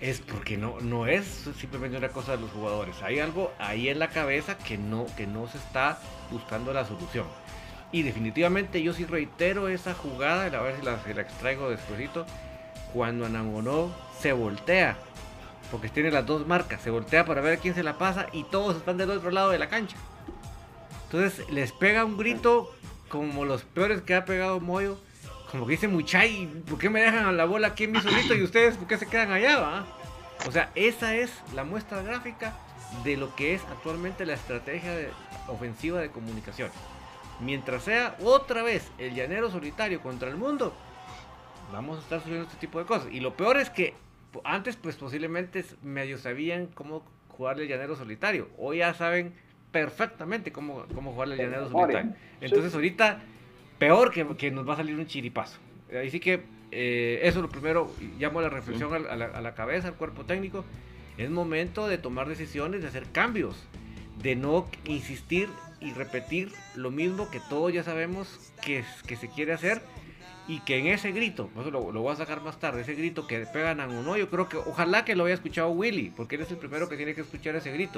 es porque no es simplemente una cosa de los jugadores. Hay algo ahí en la cabeza que no se está buscando la solución. Y definitivamente yo sí reitero esa jugada, a ver si la extraigo despuesito, cuando Anangonó se voltea, porque tiene las dos marcas, se voltea para ver a quién se la pasa y todos están del otro lado de la cancha. Entonces les pega un grito como los peores que ha pegado Moyo, como que dice Muchay, ¿por qué me dejan a la bola aquí en mi solito y ustedes por qué se quedan allá? ¿Va? O sea, esa es la muestra gráfica de lo que es actualmente la estrategia ofensiva de Comunicaciones. Mientras sea otra vez el llanero solitario contra el mundo, vamos a estar subiendo este tipo de cosas. Y lo peor es que antes pues posiblemente medio sabían cómo jugarle el llanero solitario. Hoy ya saben perfectamente cómo jugarle el llanero solitario. Entonces ahorita peor que nos va a salir un chiripazo. Así que eso es lo primero. Llamo la reflexión a la cabeza, al cuerpo técnico. Es momento de tomar decisiones, de hacer cambios, de no insistir y repetir lo mismo que todos ya sabemos que se quiere hacer, y que en ese grito, eso lo voy a sacar más tarde, ese grito que pegan a uno, yo creo que ojalá que lo haya escuchado Willy, porque él es el primero que tiene que escuchar ese grito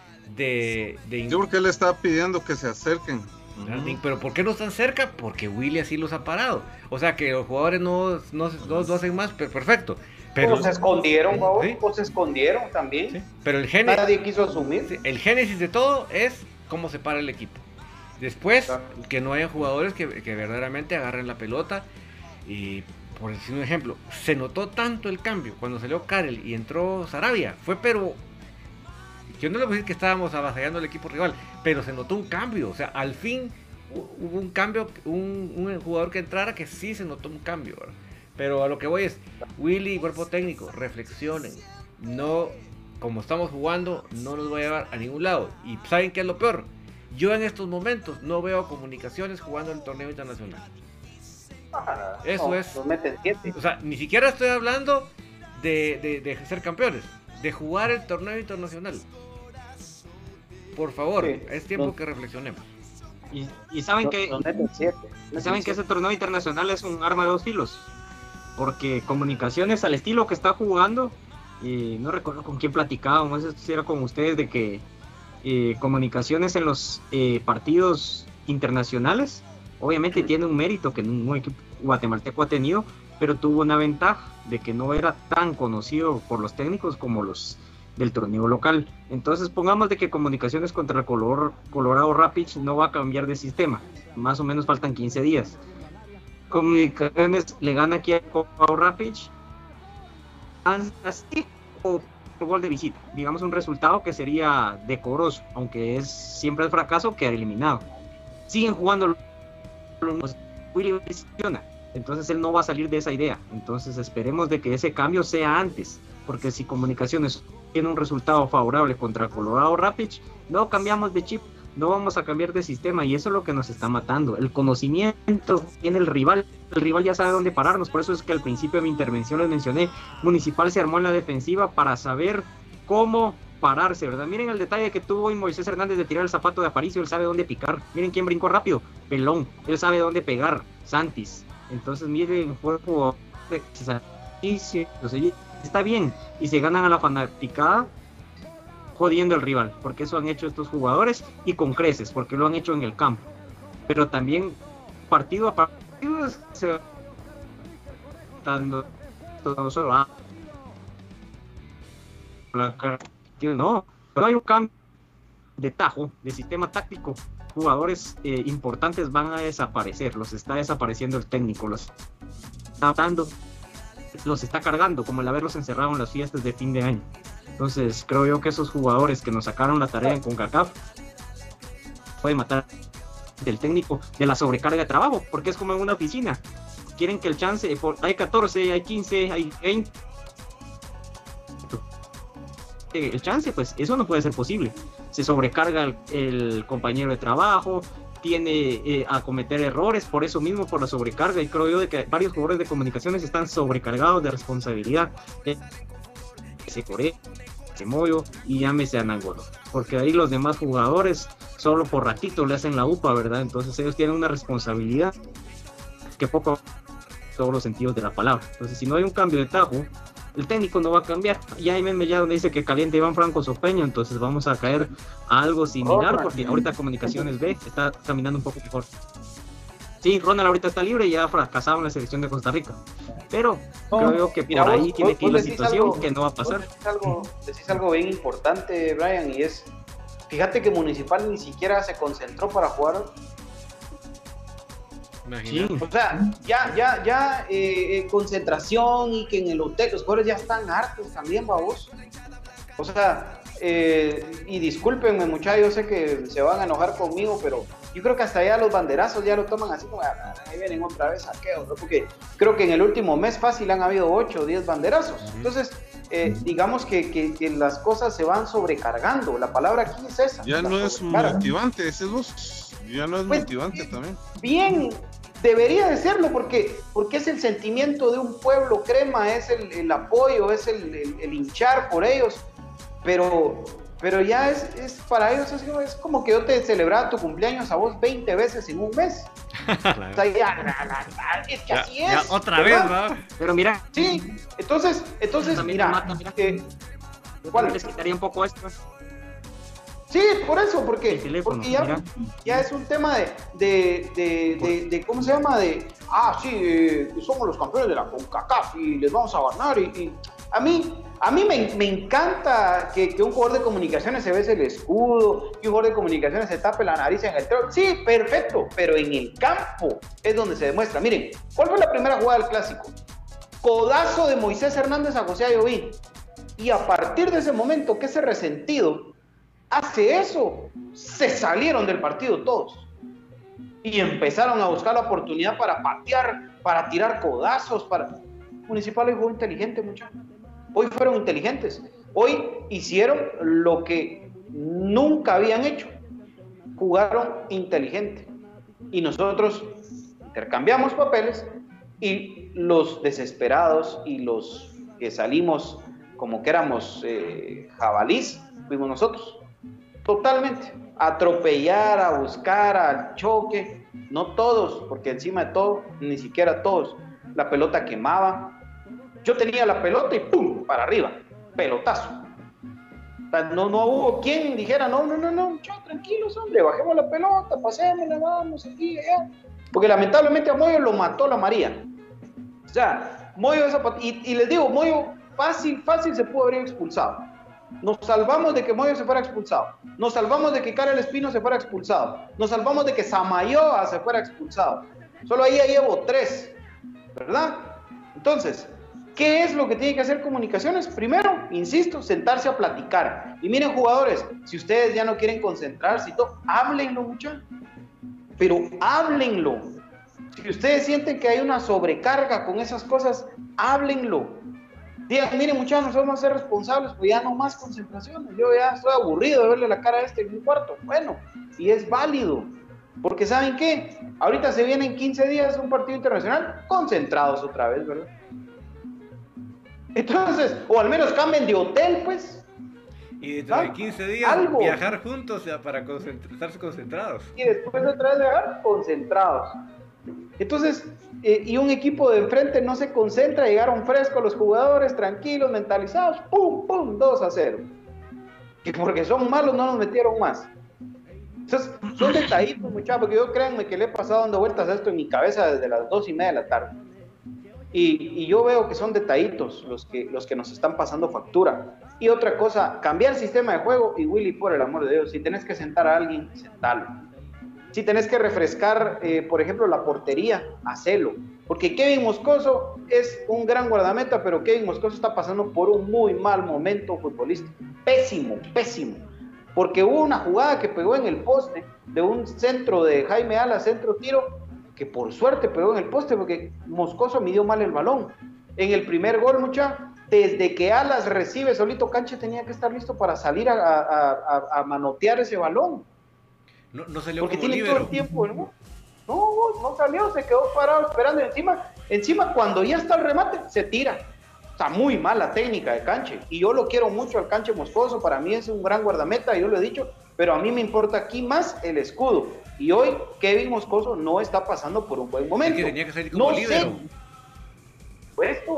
yo creo que él está pidiendo que se acerquen. Pero ¿por qué no están cerca? Porque Willy así los ha parado. O sea que los jugadores no hacen más, pero perfecto. Pero se escondieron, ¿sí? Se escondieron también. ¿Sí? Pero nadie quiso asumir. ¿Sí? El génesis de todo es cómo se para el equipo. Después, que no haya jugadores que verdaderamente agarren la pelota. Y por decir un ejemplo, se notó tanto el cambio cuando salió Karel y entró Sarabia. Pero yo no le voy a decir que estábamos avasallando al equipo rival, pero se notó un cambio. O sea, al fin hubo un cambio, un jugador que entrara que sí se notó un cambio, ¿verdad? Pero a lo que voy es, Willy y cuerpo técnico, reflexionen. No, como estamos jugando, no nos va a llevar a ningún lado. Y ¿saben qué es lo peor? Yo en estos momentos no veo Comunicaciones jugando el torneo internacional. Eso es. O sea, ni siquiera estoy hablando de ser campeones, de jugar el torneo internacional. Por favor, es tiempo que reflexionemos. Y saben que ese torneo internacional es un arma de dos filos, porque Comunicaciones al estilo que está jugando, no recuerdo con quién platicábamos, no sé si era con ustedes, de que Comunicaciones en los partidos internacionales obviamente tiene un mérito que ningún equipo guatemalteco ha tenido, pero tuvo una ventaja de que no era tan conocido por los técnicos como los del torneo local. Entonces pongamos de que Comunicaciones contra el Colorado Rapids no va a cambiar de sistema, más o menos faltan 15 días. Comunicaciones le gana aquí a Colorado Rapids así o por gol de visita, digamos un resultado que sería decoroso, aunque siempre es fracaso quedar eliminado. Siguen jugando Willy lesiona, entonces él no va a salir de esa idea. Entonces esperemos de que ese cambio sea antes, porque si Comunicaciones tiene un resultado favorable contra Colorado Rapids, no cambiamos de chip, no vamos a cambiar de sistema, y eso es lo que nos está matando. El conocimiento tiene el rival ya sabe dónde pararnos. Por eso es que al principio de mi intervención les mencioné, Municipal se armó en la defensiva para saber cómo pararse, ¿verdad? Miren el detalle que tuvo hoy Moisés Hernández de tirar el zapato de Aparicio, él sabe dónde picar. Miren quién brincó rápido, Pelón, él sabe dónde pegar, Santis. Entonces miren, fue jugador de está bien, y se ganan a la fanaticada jodiendo al rival, porque eso han hecho estos jugadores, y con creces, porque lo han hecho en el campo. Pero también partido a partido se dando todo solo no hay un cambio de tajo, de sistema táctico. Jugadores importantes van a desaparecer, los está desapareciendo el técnico, los está dando, los está cargando, como el haberlos encerrado en las fiestas de fin de año. Entonces creo yo que esos jugadores que nos sacaron la tarea en CONCACAF puede matar del técnico de la sobrecarga de trabajo, porque es como en una oficina, quieren que el chance, hay 14, hay 15, hay 20, el chance, pues eso no puede ser posible. Se sobrecarga el compañero de trabajo, tiene a cometer errores por eso mismo, por la sobrecarga, y creo yo de que varios jugadores de Comunicaciones están sobrecargados de responsabilidad. Ese Coré, ese Moyo y llámese Anangonó, porque ahí los demás jugadores solo por ratito le hacen la UPA, ¿verdad? Entonces ellos tienen una responsabilidad que poco todos los sentidos de la palabra. Entonces si no hay un cambio de tajo, el técnico no va a cambiar. Y hay memes ya donde dice que calienta Iván Franco Sopeño, entonces vamos a caer a algo similar, porque ahorita Comunicaciones B está caminando un poco mejor. Sí, Ronald ahorita está libre y ya ha fracasado en la selección de Costa Rica. Pero creo que por ahí tiene que ir la situación, que no va a pasar. Decís algo bien importante, Brian, y es, fíjate que Municipal ni siquiera se concentró para jugar. Imagínate. Sí. O sea, ya concentración, y que en el hotel los jugadores ya están hartos también, babos. O sea, y discúlpenme, muchachos, yo sé que se van a enojar conmigo, pero yo creo que hasta allá los banderazos ya lo toman así como, ahí vienen otra vez saqueos, ¿no? Porque creo que en el último mes fácil han habido 8 o 10 banderazos. Entonces, digamos que las cosas se van sobrecargando. La palabra aquí es esa. Ya no es motivante, ese ya no es pues, motivante también. Bien, debería de serlo, porque es el sentimiento de un pueblo crema, es el apoyo, es el hinchar por ellos, pero ya es para ellos, es como que yo te celebraba tu cumpleaños a vos 20 veces en un mes. O sea, es que así es. Ya otra vez, ¿no? Pero mira. Sí, entonces mira. ¿Cuál les quitaría un poco esto? Sí, por eso, porque ya es un tema de ¿cómo se llama? Somos los campeones de la CONCACAF y les vamos a ganar. Y a mí me encanta que un jugador de Comunicaciones se bese el escudo, que un jugador de Comunicaciones se tape la nariz en el trot. Sí, perfecto, pero en el campo es donde se demuestra. Miren, ¿cuál fue la primera jugada del clásico? Codazo de Moisés Hernández a José Ayoví. Y a partir de ese momento, que ese resentido hace eso, se salieron del partido todos y empezaron a buscar la oportunidad para patear, para tirar codazos. Municipal hoy jugó inteligente, muchachos. Hoy fueron inteligentes. Hoy hicieron lo que nunca habían hecho. Jugaron inteligente. Y nosotros intercambiamos papeles, y los desesperados y los que salimos como que éramos jabalís, fuimos nosotros. Totalmente. A atropellar, a buscar, al choque. No todos, porque encima de todo, ni siquiera todos. La pelota quemaba. Yo tenía la pelota y ¡pum! Para arriba. Pelotazo. O sea, no hubo quien dijera, no, tranquilos, hombre, bajemos la pelota, pasémosla, vamos aquí, allá. Porque lamentablemente a Moyo lo mató la María. O sea, Moyo y les digo, Moyo fácil se pudo haber expulsado. Nos salvamos de que Moyo se fuera expulsado. Nos salvamos de que Karel Espino se fuera expulsado. Nos salvamos de que Samayoa se fuera expulsado. Solo ahí llevo 3, ¿verdad? Entonces, ¿qué es lo que tiene que hacer Comunicaciones? Primero, insisto, sentarse a platicar. Y miren, jugadores, si ustedes ya no quieren concentrarse y todo, háblenlo, muchachos. Pero háblenlo. Si ustedes sienten que hay una sobrecarga con esas cosas, háblenlo. Digan, miren, muchachos, nosotros vamos a ser responsables, pues ya no más concentraciones. Yo ya estoy aburrido de verle la cara a este en un cuarto. Bueno, y es válido. Porque ¿saben qué? Ahorita se vienen 15 días un partido internacional, concentrados otra vez, ¿verdad? Entonces, o al menos cambien de hotel, pues. Y dentro de 15 días viajar juntos para estarse concentrados. Y después otra vez viajar concentrados. Entonces, y un equipo de enfrente no se concentra, llegaron frescos los jugadores, tranquilos, mentalizados, ¡pum! 2-0. Y porque son malos no nos metieron más. Entonces, son detallitos, muchachos, porque yo créanme que le he pasado dando vueltas a esto en mi cabeza desde las 2:30 de la tarde. Y yo veo que son detallitos los que nos están pasando factura. Y otra cosa, cambiar el sistema de juego, y Willy, por el amor de Dios, si tenés que sentar a alguien, sentalo. Si tenés que refrescar, por ejemplo, la portería, hacelo. Porque Kevin Moscoso es un gran guardameta, pero Kevin Moscoso está pasando por un muy mal momento futbolístico. Pésimo. Porque hubo una jugada que pegó en el poste de un centro de Jaime Alas, centro tiro, que por suerte pegó en el poste porque Moscoso midió mal el balón. En el primer gol, desde que Alas recibe solito cancha, tenía que estar listo para salir a manotear ese balón. No salió porque como tiene líbero. todo el tiempo, ¿no? No salió, se quedó parado esperando. Encima cuando ya está el remate, se tira. Está muy mala técnica de Canche. Y yo lo quiero mucho al Canche Moscoso, para mí es un gran guardameta, yo lo he dicho, pero a mí me importa aquí más el escudo. Y hoy Kevin Moscoso no está pasando por un buen momento. Es que tenía que salir como líbero.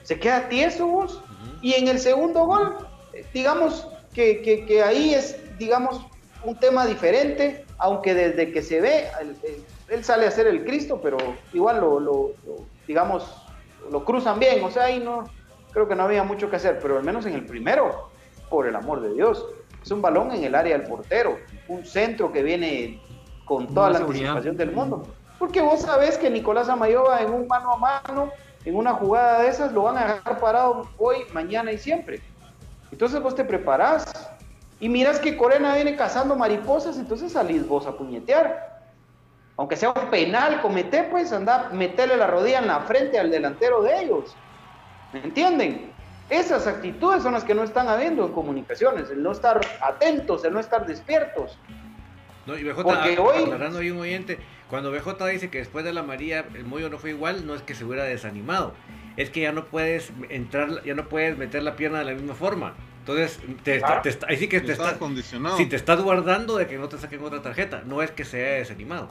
Se queda tieso vos. Y en el segundo gol, digamos que ahí es, digamos, un tema diferente, aunque desde que se ve, él sale a ser el Cristo, pero igual digamos, lo cruzan bien, o sea, ahí no, creo que no había mucho que hacer, pero al menos en el primero, por el amor de Dios, es un balón en el área del portero, un centro que viene con toda la anticipación del mundo, porque vos sabés que Nicolás Amayoa en un mano a mano, en una jugada de esas, lo van a dejar parado hoy, mañana y siempre. Entonces vos te preparás y miras que Corena viene cazando mariposas, entonces salís vos a puñetear. Aunque sea un penal, comete, pues anda, meterle la rodilla en la frente al delantero de ellos. ¿Me entienden? Esas actitudes son las que no están habiendo en comunicaciones, el no estar atentos, el no estar despiertos. No, y BJ, porque hoy, aclarando ahí un oyente, cuando BJ dice que después de la María el Moyo no fue igual, no es que se hubiera desanimado, es que ya no puedes entrar, ya no puedes meter la pierna de la misma forma. Entonces, ahí sí que te estás condicionado. Si te estás guardando de que no te saquen otra tarjeta, no es que se haya desanimado.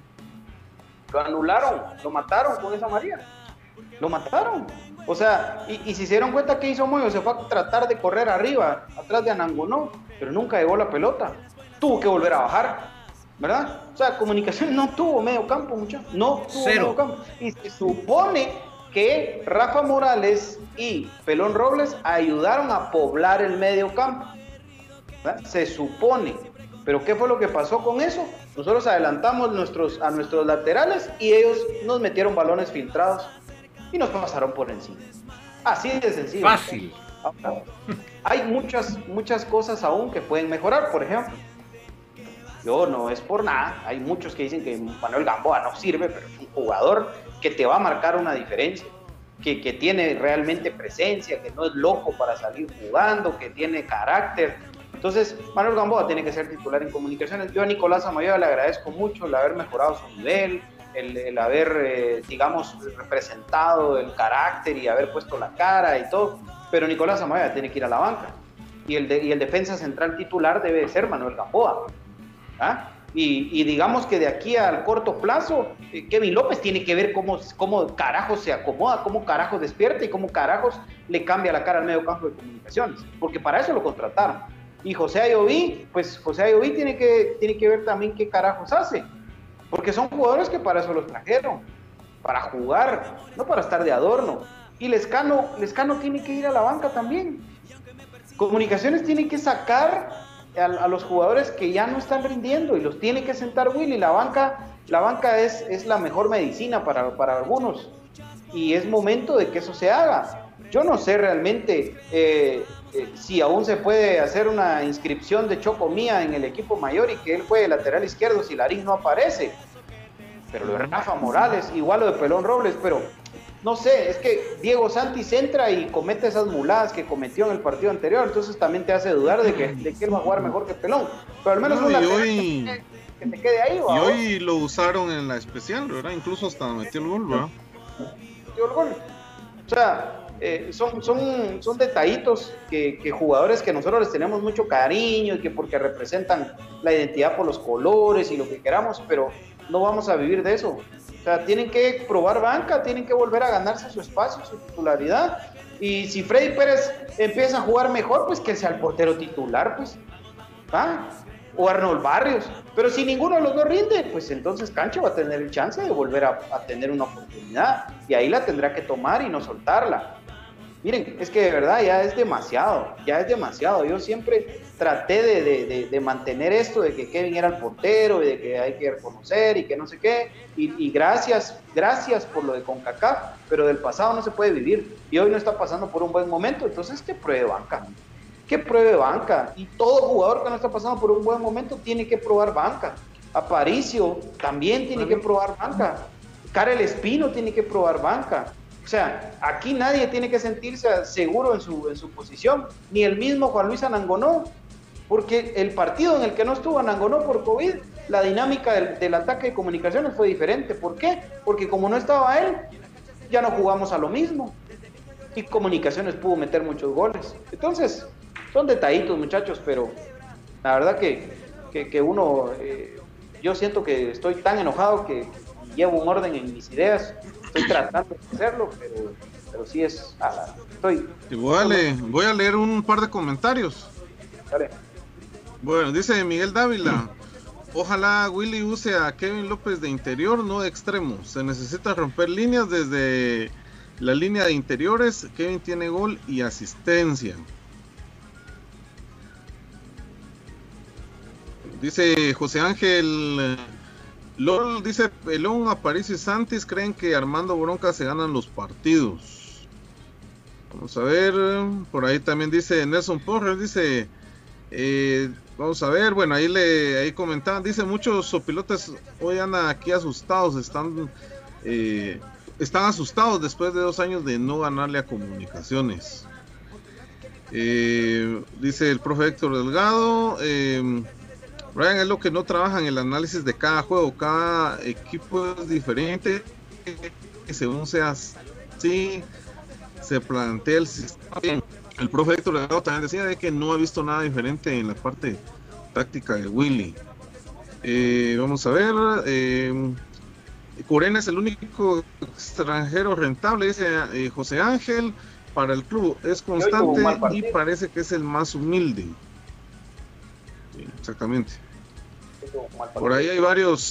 Lo anularon, lo mataron con esa María. Lo mataron. O sea, y si se dieron cuenta que hizo Moyo, se fue a tratar de correr arriba, atrás de Anangonó, pero nunca llegó la pelota. Tuvo que volver a bajar, ¿verdad? O sea, Comunicaciones no tuvo medio campo, muchachos. No tuvo medio campo. Y se supone que Rafa Morales y Pelón Robles ayudaron a poblar el medio campo, ¿verdad? Se supone. Pero ¿qué fue lo que pasó con eso? Nosotros adelantamos a nuestros laterales y ellos nos metieron balones filtrados y nos pasaron por encima. Así de sencillo. Fácil. Hay muchas cosas aún que pueden mejorar. Por ejemplo, yo no es por nada, hay muchos que dicen que Manuel Gamboa no sirve, pero es un jugador que te va a marcar una diferencia, que tiene realmente presencia, que no es loco para salir jugando, que tiene carácter. Entonces, Manuel Gamboa tiene que ser titular en Comunicaciones. Yo a Nicolás Amayoa le agradezco mucho el haber mejorado su nivel, el haber, digamos, representado el carácter y haber puesto la cara y todo, pero Nicolás Amayoa tiene que ir a la banca. Y el defensa central titular debe de ser Manuel Gamboa. ¿Ah? Y digamos que de aquí al corto plazo, Kevin López tiene que ver cómo carajos se acomoda, cómo carajos despierta y cómo carajos le cambia la cara al medio campo de Comunicaciones, porque para eso lo contrataron. Y José Ayoví, pues José Ayoví tiene que ver también qué carajos hace, porque son jugadores que para eso los trajeron, para jugar, no para estar de adorno. Y Lescano tiene que ir a la banca también. Comunicaciones tiene que sacar a los jugadores que ya no están rindiendo y los tiene que sentar Willy. La banca es la mejor medicina para algunos y es momento de que eso se haga. Yo no sé realmente si aún se puede hacer una inscripción de Chocomía en el equipo mayor y que él juegue lateral izquierdo si Larín no aparece, pero lo de Rafa Morales, igual lo de Pelón Robles, pero no sé, es que Diego Santis entra y comete esas muladas que cometió en el partido anterior, entonces también te hace dudar de que él va a jugar mejor que Pelón. Pero al menos que te quede ahí, ¿va? Y hoy lo usaron en la especial, ¿verdad? Incluso hasta metió el gol, ¿verdad? Metió el gol. O sea, son detallitos que jugadores que nosotros les tenemos mucho cariño y que porque representan la identidad por los colores y lo que queramos, pero no vamos a vivir de eso. O sea, tienen que probar banca, tienen que volver a ganarse su espacio, su titularidad. Y si Freddy Pérez empieza a jugar mejor, pues que sea el portero titular, pues. O Arnold Barrios. Pero si ninguno de los dos rinde, pues entonces Cancho va a tener el chance de volver a tener una oportunidad. Y ahí la tendrá que tomar y no soltarla. Miren, es que de verdad ya es demasiado. Yo siempre traté de mantener esto de que Kevin era el portero y de que hay que reconocer y que no sé qué. Y gracias por lo de CONCACAF, pero del pasado no se puede vivir. Y hoy no está pasando por un buen momento, entonces que pruebe banca. Y todo jugador que no está pasando por un buen momento tiene que probar banca. Aparicio también tiene que probar banca. Karel Espino tiene que probar banca. O sea, aquí nadie tiene que sentirse seguro en su posición, ni el mismo Juan Luis Anangonó, porque el partido en el que no estuvo Anangonó por COVID, la dinámica del ataque de Comunicaciones fue diferente. ¿Por qué? Porque como no estaba él, ya no jugamos a lo mismo, y Comunicaciones pudo meter muchos goles. Entonces, son detallitos, muchachos, pero la verdad que uno, yo siento que estoy tan enojado que llevo un orden en mis ideas. Estoy tratando de hacerlo, pero sí es... voy a leer un par de comentarios. Dale. Bueno, dice Miguel Dávila, ojalá Willy use a Kevin López de interior, no de extremo. Se necesita romper líneas desde la línea de interiores. Kevin tiene gol y asistencia. Dice José Ángel LOL, dice Pelón, Aparicio y Santis creen que armando bronca se ganan los partidos. Vamos a ver, por ahí también dice Nelson Porres, dice vamos a ver, bueno, ahí comentaban, dice muchos sopilotes hoy andan aquí asustados, están asustados después de 2 años de no ganarle a Comunicaciones. Dice el profe Héctor Delgado, Brian, es lo que no trabaja en el análisis de cada juego, cada equipo es diferente, según sea así, se plantea el sistema. El profe Héctor Delgado también decía de que no ha visto nada diferente en la parte táctica de Willy. Vamos a ver, Corena es el único extranjero rentable, dice José Ángel, para el club es constante y parece que es el más humilde. Sí, exactamente. Por ahí hay varios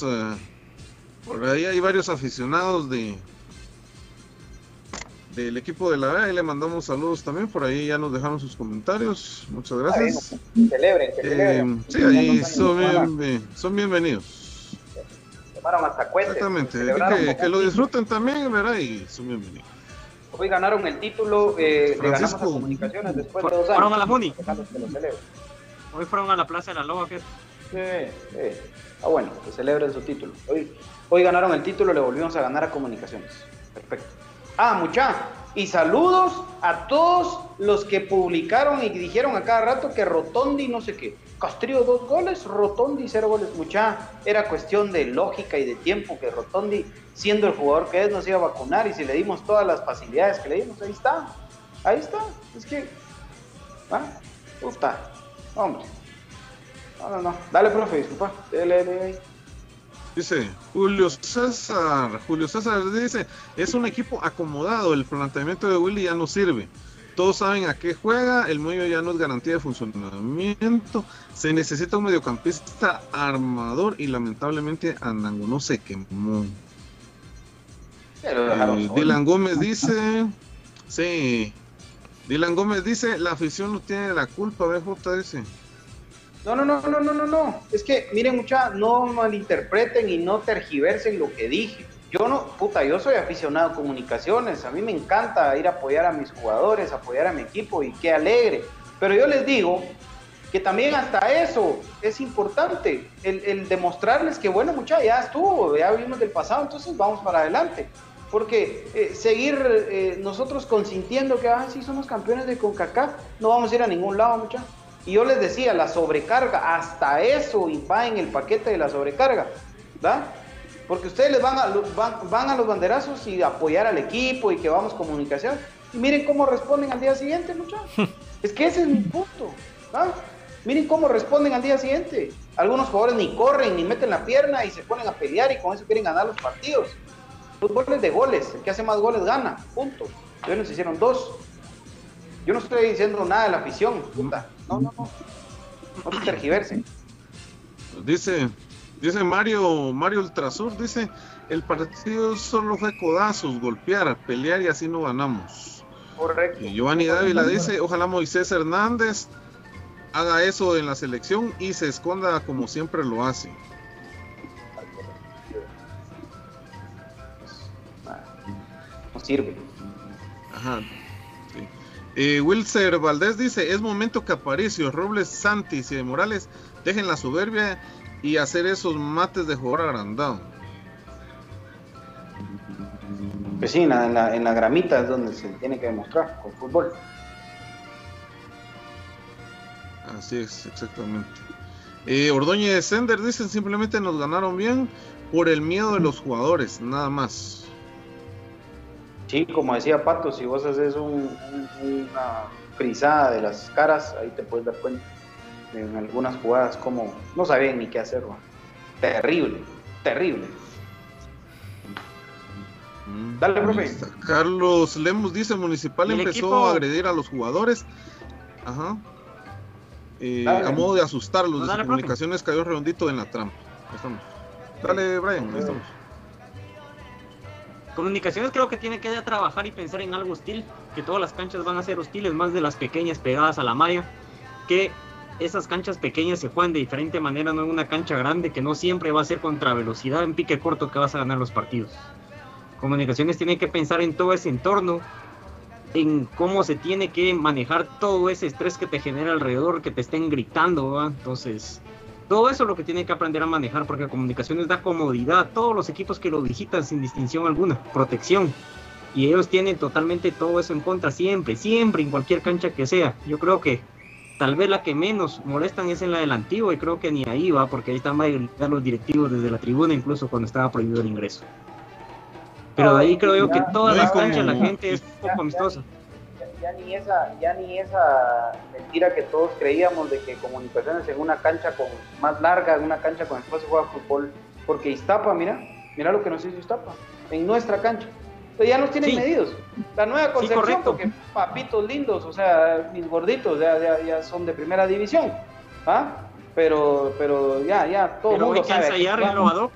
aficionados del equipo de la B, y le mandamos saludos también, por ahí ya nos dejaron sus comentarios, muchas gracias. Celebren. Sí, ahí son bienvenidos. Tomaron hasta cuentes. Exactamente, que lo disfruten también, ¿verdad? Y son bienvenidos. Hoy ganaron el título, le ganamos a Comunicaciones después de 2 años. Fueron a la Muni. Hoy fueron a la Plaza de la Loba, fíjate. Bueno, que celebren su título. Hoy ganaron el título, le volvimos a ganar a Comunicaciones. Perfecto. Mucha, y saludos a todos los que publicaron y dijeron a cada rato que Rotondi no sé qué. Castrillo 2 goles, Rotondi 0 goles. Mucha, era cuestión de lógica y de tiempo que Rotondi, siendo el jugador que es, nos iba a vacunar, y si le dimos todas las facilidades que le dimos, ahí está. Es que, puta, hombre. No. Dale, profe, disculpa. Dale. Dice Julio César dice, es un equipo acomodado, el planteamiento de Willy ya no sirve, todos saben a qué juega, el medio ya no es garantía de funcionamiento, se necesita un mediocampista armador y lamentablemente Anangonó se quemó. Dylan Gómez dice, la afición no tiene la culpa, BJ dice. No. Es que, miren, no malinterpreten y no tergiversen lo que dije. Yo soy aficionado a Comunicaciones. A mí me encanta ir a apoyar a mis jugadores, apoyar a mi equipo, y qué alegre. Pero yo les digo que también hasta eso es importante. El demostrarles que, bueno, ya estuvo, ya vimos del pasado, entonces vamos para adelante. Porque seguir nosotros consintiendo que, sí somos campeones de CONCACAF, no vamos a ir a ningún lado, muchachos. Y yo les decía, la sobrecarga, hasta eso va en el paquete de la sobrecarga, ¿verdad? Porque ustedes van a los banderazos y apoyar al equipo y que vamos Comunicación. Y miren cómo responden al día siguiente, muchachos. Es que ese es mi punto, ¿verdad? Miren cómo responden al día siguiente. Algunos jugadores ni corren, ni meten la pierna y se ponen a pelear y con eso quieren ganar los partidos. Fútbol es de goles, el que hace más goles gana, punto. Ellos nos hicieron 2. Yo no estoy diciendo nada de la afición, puta. No se tergiversen. Dice Mario Ultrasur, dice, el partido solo fue codazos, golpear, pelear y así no ganamos. Correcto. Y Giovanni Dávila dice, ojalá Moisés Hernández haga eso en la selección y se esconda como siempre lo hace. No sirve. Ajá. Wilser Valdés dice, es momento que Aparicio, Robles, Santis y de Morales dejen la soberbia y hacer esos mates de jugador agrandado. Pues sí, en la gramita es donde se tiene que demostrar con fútbol. Así es, exactamente. Ordóñez Sender dicen, simplemente nos ganaron bien por el miedo de los jugadores, nada más. Sí, como decía Pato, si vos haces una frisada de las caras, ahí te puedes dar cuenta en algunas jugadas como no sabían ni qué hacer, ¿no? Terrible. Dale, profe. Carlos Lemos dice, Municipal empezó equipo... a agredir a los jugadores. Ajá. A modo de asustarlos. Desde Comunicaciones cayó redondito en la trampa. Ahí estamos. Dale, Brian, ahí estamos. Comunicaciones creo que tiene que trabajar y pensar en algo hostil, que todas las canchas van a ser hostiles, más de las pequeñas pegadas a la malla, que esas canchas pequeñas se juegan de diferente manera, no en una cancha grande, que no siempre va a ser contra velocidad en pique corto que vas a ganar los partidos. Comunicaciones tiene que pensar en todo ese entorno, en cómo se tiene que manejar todo ese estrés que te genera alrededor, que te estén gritando, ¿va? Entonces, todo eso es lo que tiene que aprender a manejar, porque Comunicaciones da comodidad a todos los equipos que lo visitan sin distinción alguna, protección, y ellos tienen totalmente todo eso en contra, siempre, en cualquier cancha que sea. Yo creo que tal vez la que menos molestan es en la del Antiguo, y creo que ni ahí va, porque ahí están los directivos desde la tribuna, incluso cuando estaba prohibido el ingreso. Pero de ahí creo yo que todas las canchas la gente es un poco amistosa. Ya ni esa mentira que todos creíamos de que Comunicaciones en una cancha más larga, en una cancha con espacio juega fútbol, porque Iztapa, mira lo que nos hizo Iztapa, en nuestra cancha. Entonces ya nos tienen medidos. La Nueva Concepción, porque papitos lindos, o sea, mis gorditos, ya son de primera división, ¿ah? Pero ya todo el mundo sabe. Pero hay que ensayar innovador.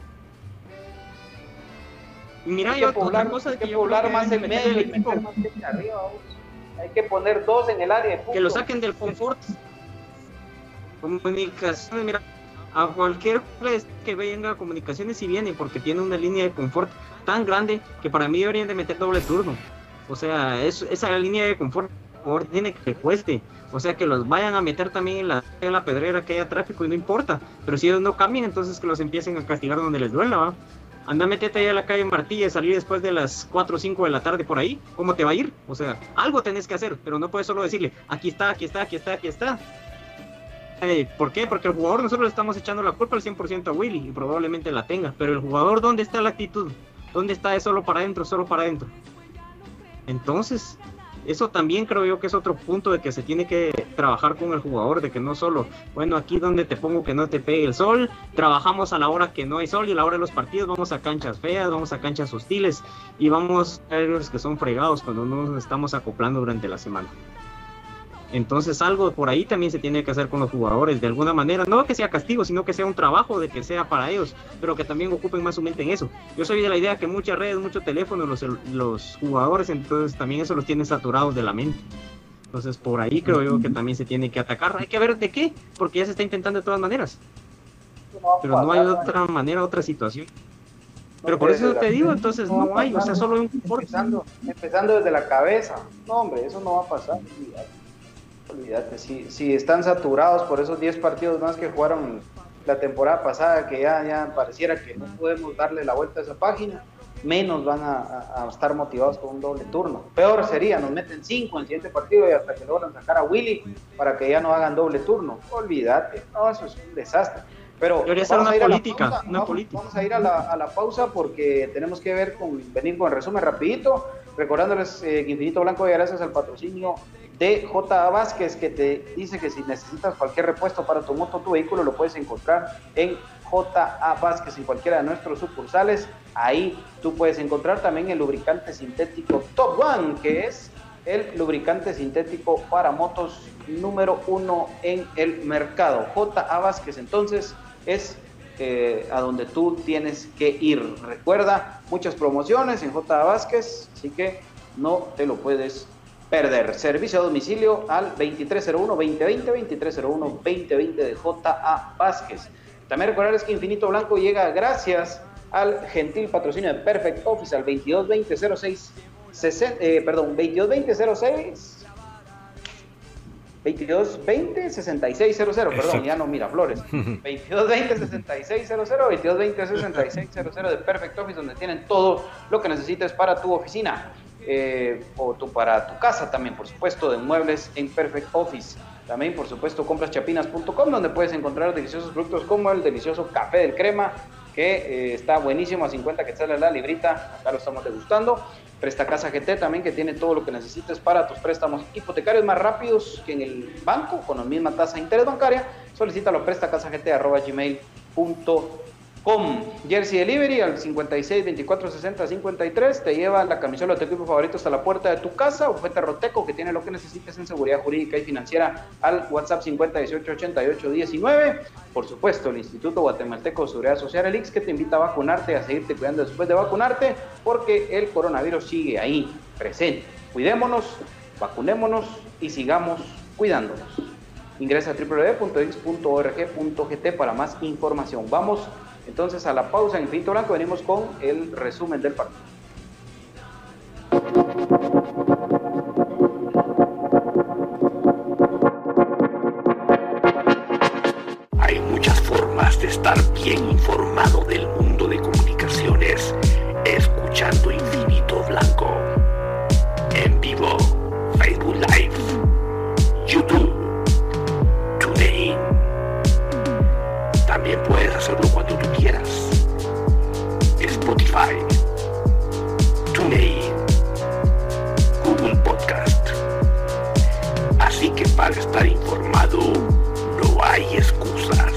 Mira, yo otra cosa de que yo poblar más en medio y meter más gente arriba, hay que poner 2 en el área de punto. Que lo saquen del confort. Comunicaciones, mira, a cualquier que venga a Comunicaciones, si viene, porque tiene una línea de confort tan grande que para mí deberían de meter doble turno. O sea, esa línea de confort tiene que cueste. O sea, que los vayan a meter también en la pedrera, que haya tráfico y no importa. Pero si ellos no cambian, entonces que los empiecen a castigar donde les duela, ¿va? Anda, métete ahí a la calle Martilla y salir después de las 4 o 5 de la tarde por ahí. ¿Cómo te va a ir? O sea, algo tenés que hacer, pero no puedes solo decirle, aquí está. ¿Por qué? Porque el jugador, nosotros le estamos echando la culpa al 100% a Willy, y probablemente la tenga. Pero el jugador, ¿dónde está la actitud? ¿Dónde está? Es solo para adentro. Entonces, eso también creo yo que es otro punto de que se tiene que trabajar con el jugador, de que no solo, bueno, aquí donde te pongo que no te pegue el sol, trabajamos a la hora que no hay sol y a la hora de los partidos vamos a canchas feas, vamos a canchas hostiles y vamos a los que son fregados cuando no nos estamos acoplando durante la semana. Entonces algo por ahí también se tiene que hacer con los jugadores, de alguna manera, no que sea castigo, sino que sea un trabajo, de que sea para ellos, pero que también ocupen más su mente en eso. Yo soy de la idea que muchas redes, mucho teléfono, los jugadores, entonces también eso los tiene saturados de la mente. Entonces por ahí creo yo que también se tiene que atacar, hay que ver de qué, porque ya se está intentando de todas maneras, pero no hay otra manera, otra situación. Pero por eso te digo, entonces no hay, o sea, solo hay un confort. Empezando desde la cabeza, no hombre, eso no va a pasar. Olvídate, si están saturados por esos 10 partidos más que jugaron la temporada pasada, que ya pareciera que no podemos darle la vuelta a esa página, menos van a estar motivados con un doble turno. Peor sería, nos meten 5 en el siguiente partido y hasta que logran sacar a Willy para que ya no hagan doble turno. Olvídate, no, eso es un desastre. Pero vamos a ir vamos a ir a la pausa porque tenemos que venir con el resumen rapidito, recordándoles que Infinito Blanco llega gracias al patrocinio de J.A. Vázquez, que te dice que si necesitas cualquier repuesto para tu moto, tu vehículo, lo puedes encontrar en J.A. Vázquez en cualquiera de nuestros sucursales. Ahí tú puedes encontrar también el lubricante sintético Top One, que es el lubricante sintético para motos número 1 en el mercado. J.A. Vázquez, entonces, es a donde tú tienes que ir. Recuerda, muchas promociones en J.A. Vázquez, así que no te lo puedes perder. Servicio a domicilio al 2301-2020, 2301-2020 de J.A. Vázquez. También recordarles que Infinito Blanco llega gracias al gentil patrocinio de Perfect Office al 2220-06, 2220-6600, perdón, ya no mira flores. 2220-6600, 2220-6600 de Perfect Office, donde tienen todo lo que necesites para tu oficina. Para tu casa también, por supuesto, de muebles en Perfect Office. También, por supuesto, compraschapinas.com, donde puedes encontrar deliciosos productos como el delicioso café del crema, que está buenísimo a 50 quetzales la librita, acá lo estamos degustando. Presta Casa GT también, que tiene todo lo que necesites para tus préstamos hipotecarios más rápidos que en el banco, con la misma tasa de interés bancaria. Solicítalo a prestacasagt@gmail.com. Con Jersey Delivery al 56 24 60 53 te lleva la camisola de tu equipo favorito hasta la puerta de tu casa. Bufete Roteco, que tiene lo que necesites en seguridad jurídica y financiera, al WhatsApp 50 18 88 19. Por supuesto, el Instituto Guatemalteco de Seguridad Social, el IX, que te invita a vacunarte y a seguirte cuidando después de vacunarte, porque el coronavirus sigue ahí, presente. Cuidémonos, vacunémonos y sigamos cuidándonos. Ingresa a www.ix.org.gt para más información. Vamos entonces a la pausa en Infinito Blanco. Venimos con el resumen del partido. Hay muchas formas de estar bien informado del mundo de comunicaciones escuchando Infinito Blanco. En vivo, Facebook Live, YouTube, TuneIn. También puedes hacerlo cuando tú quieras. Spotify, TuneIn, Google Podcast. Así que para estar informado no hay excusas.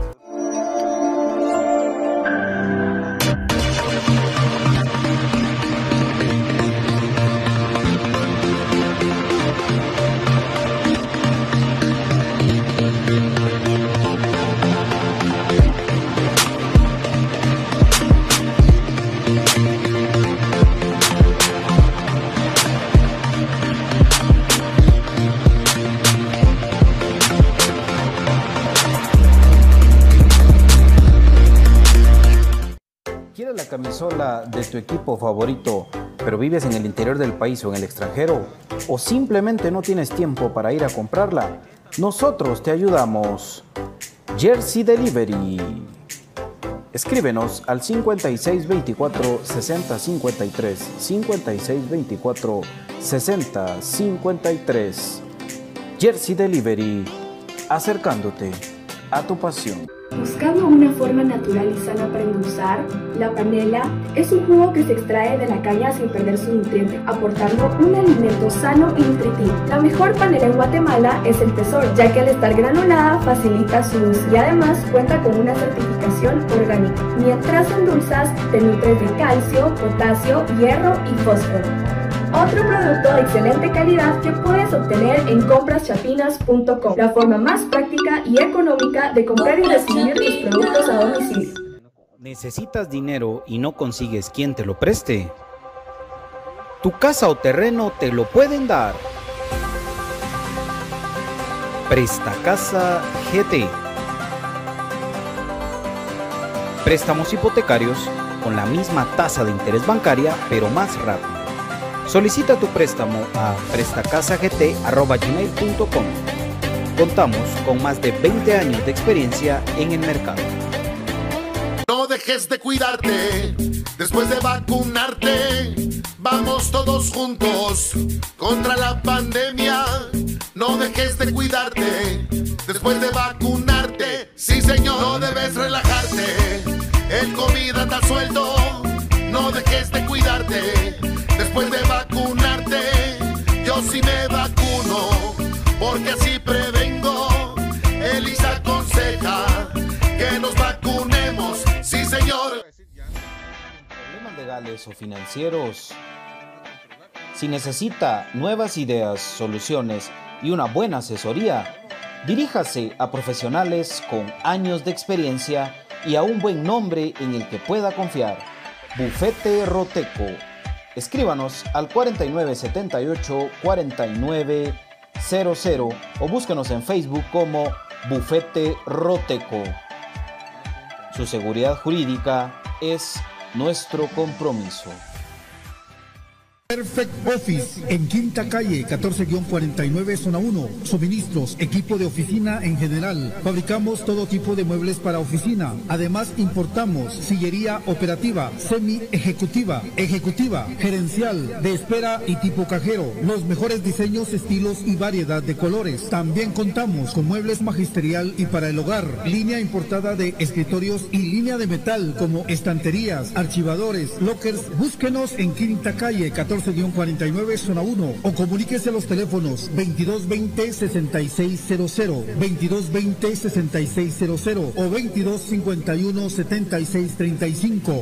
¿Quieres la camisola de tu equipo favorito, pero vives en el interior del país o en el extranjero? ¿O simplemente no tienes tiempo para ir a comprarla? Nosotros te ayudamos. Jersey Delivery. Escríbenos al 56 24 60 53, 56 24 60 53. Jersey Delivery, acercándote a tu pasión. Buscando una forma natural y sana para endulzar, la panela es un jugo que se extrae de la caña sin perder su nutriente, aportando un alimento sano y nutritivo. La mejor panela en Guatemala es el Tesoro, ya que al estar granulada facilita su uso y además cuenta con una certificación orgánica. Mientras endulzas, te nutres de calcio, potasio, hierro y fósforo. Otro producto de excelente calidad que puedes obtener en compraschapinas.com, la forma más práctica y económica de comprar y recibir tus productos a domicilio. ¿Necesitas dinero y no consigues quien te lo preste? Tu casa o terreno te lo pueden dar. Presta Casa GT. Préstamos hipotecarios con la misma tasa de interés bancaria, pero más rápido. Solicita tu préstamo a prestacasagt@gmail.com. Contamos con más de 20 años de experiencia en el mercado. No dejes de cuidarte después de vacunarte. Vamos todos juntos contra la pandemia. No dejes de cuidarte después de vacunarte. Sí, señor, no debes relajarte. El COVID anda suelto. No dejes de cuidarte después de vacunarte. Yo sí me vacuno porque así prevengo. El ISA aconseja que nos vacunemos. Sí, señor. Problemas legales o financieros. Si necesita nuevas ideas, soluciones y una buena asesoría, diríjase a profesionales con años de experiencia y a un buen nombre en el que pueda confiar. Bufete Roteco. Escríbanos al 4978 4900 o búsquenos en Facebook como Bufete Roteco. Su seguridad jurídica es nuestro compromiso. Perfect Office, en Quinta Calle, 14-49, zona 1. Suministros, equipo de oficina en general. Fabricamos todo tipo de muebles para oficina. Además, importamos sillería operativa, semi-ejecutiva, ejecutiva, gerencial, de espera y tipo cajero. Los mejores diseños, estilos y variedad de colores. También contamos con muebles magisterial y para el hogar. Línea importada de escritorios y línea de metal como estanterías, archivadores, lockers. Búsquenos en Quinta Calle, 14 14-49 zona 1 o comuníquese a los teléfonos 2220-6600, 2220-6600 o 2251-7635,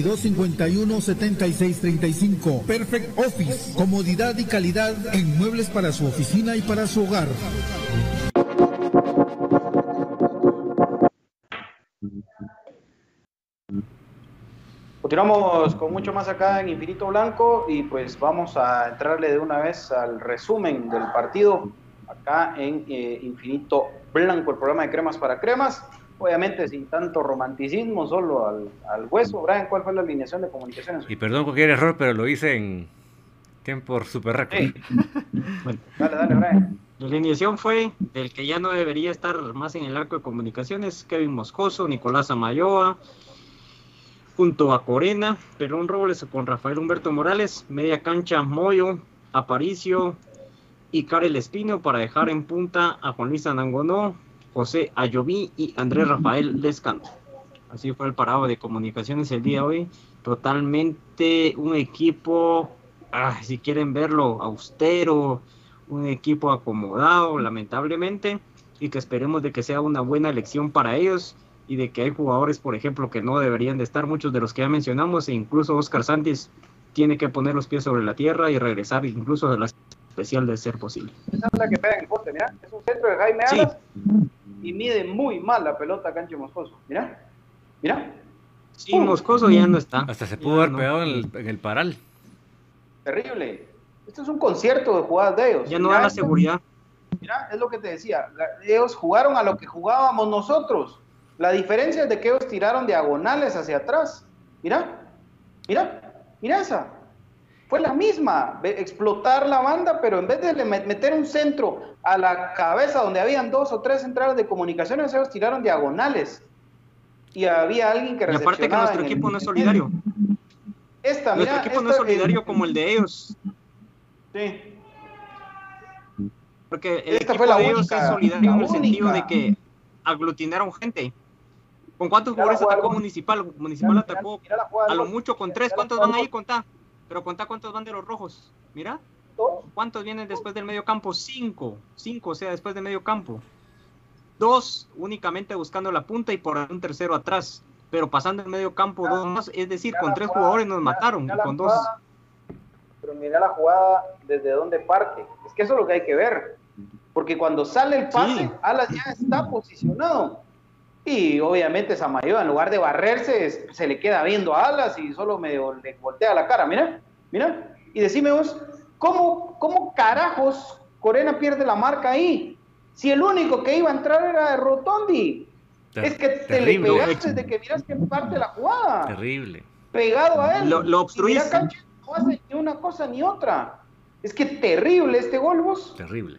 2251-7635. Perfect Office, comodidad y calidad en muebles para su oficina y para su hogar. Continuamos con mucho más acá en Infinito Blanco y pues vamos a entrarle de una vez al resumen del partido acá en Infinito Blanco, el programa de Cremas para Cremas, obviamente sin tanto romanticismo, solo al hueso. Brian, ¿cuál fue la alineación de comunicaciones? Y perdón cualquier error, pero lo hice en tiempo super récord. Sí. Bueno, dale, Brian. La alineación fue del que ya no debería estar más en el arco de comunicaciones: Kevin Moscoso, Nicolás Amayoa, junto a Corena, Perón Robles con Rafael Humberto Morales, media cancha Moyo, Aparicio y Karel Espino, para dejar en punta a Juan Luis Anangonó, José Ayoví y Andrés Rafael Lescano. Así fue el parado de comunicaciones el día de hoy. Totalmente un equipo, si quieren verlo, austero, un equipo acomodado, lamentablemente, y que esperemos de que sea una buena elección para ellos, y de que hay jugadores, por ejemplo, que no deberían de estar, muchos de los que ya mencionamos, e incluso Oscar Santis tiene que poner los pies sobre la tierra y regresar incluso a la especial de ser posible. Esa es la que pega en el poste, mira, es un centro de Jaime Alas, y mide muy mal la pelota Cancho Moscoso, mira. Sí, Moscoso ya no está. Hasta se pudo haber pegado en el paral. Terrible. Esto es un concierto de jugadas de ellos. Ya no da la seguridad. Mira, es lo que te decía, ellos jugaron a lo que jugábamos nosotros. La diferencia es de que ellos tiraron diagonales hacia atrás. Mira esa. Fue la misma, explotar la banda, pero en vez de meter un centro a la cabeza donde habían 2 o 3 centrales de comunicaciones, ellos tiraron diagonales. Y había alguien que recepcionaba. Y aparte que nuestro equipo no es solidario. Nuestro equipo no es solidario como el de ellos. Sí. Porque el equipo de ellos es solidario en el sentido de que aglutinaron gente. ¿Con cuántos jugadores atacó Municipal? Municipal atacó a lo mucho con 3. ¿Cuántos van ahí? Contá. Pero contá cuántos van de los rojos. Mira. ¿Cuántos vienen después del medio campo? 5. 5, o sea, después del medio campo. 2 únicamente buscando la punta y por un tercero atrás. Pero pasando el medio campo 2 más. Es decir, con 3 jugadores nos mataron. Con 2. Pero mira la jugada desde donde parte. Es que eso es lo que hay que ver. Porque cuando sale el pase, Alas ya está posicionado. Y obviamente Samayoa, en lugar de barrerse, se le queda viendo a Alas y solo medio le voltea la cara. Mira. Y decime vos, ¿cómo carajos Corena pierde la marca ahí? Si el único que iba a entrar era Rotondi. Es que te le pegaste desde que miras que parte la jugada. Terrible. Pegado a él. Lo obstruiste. No hace ni una cosa ni otra. Es que terrible este gol, vos. Terrible.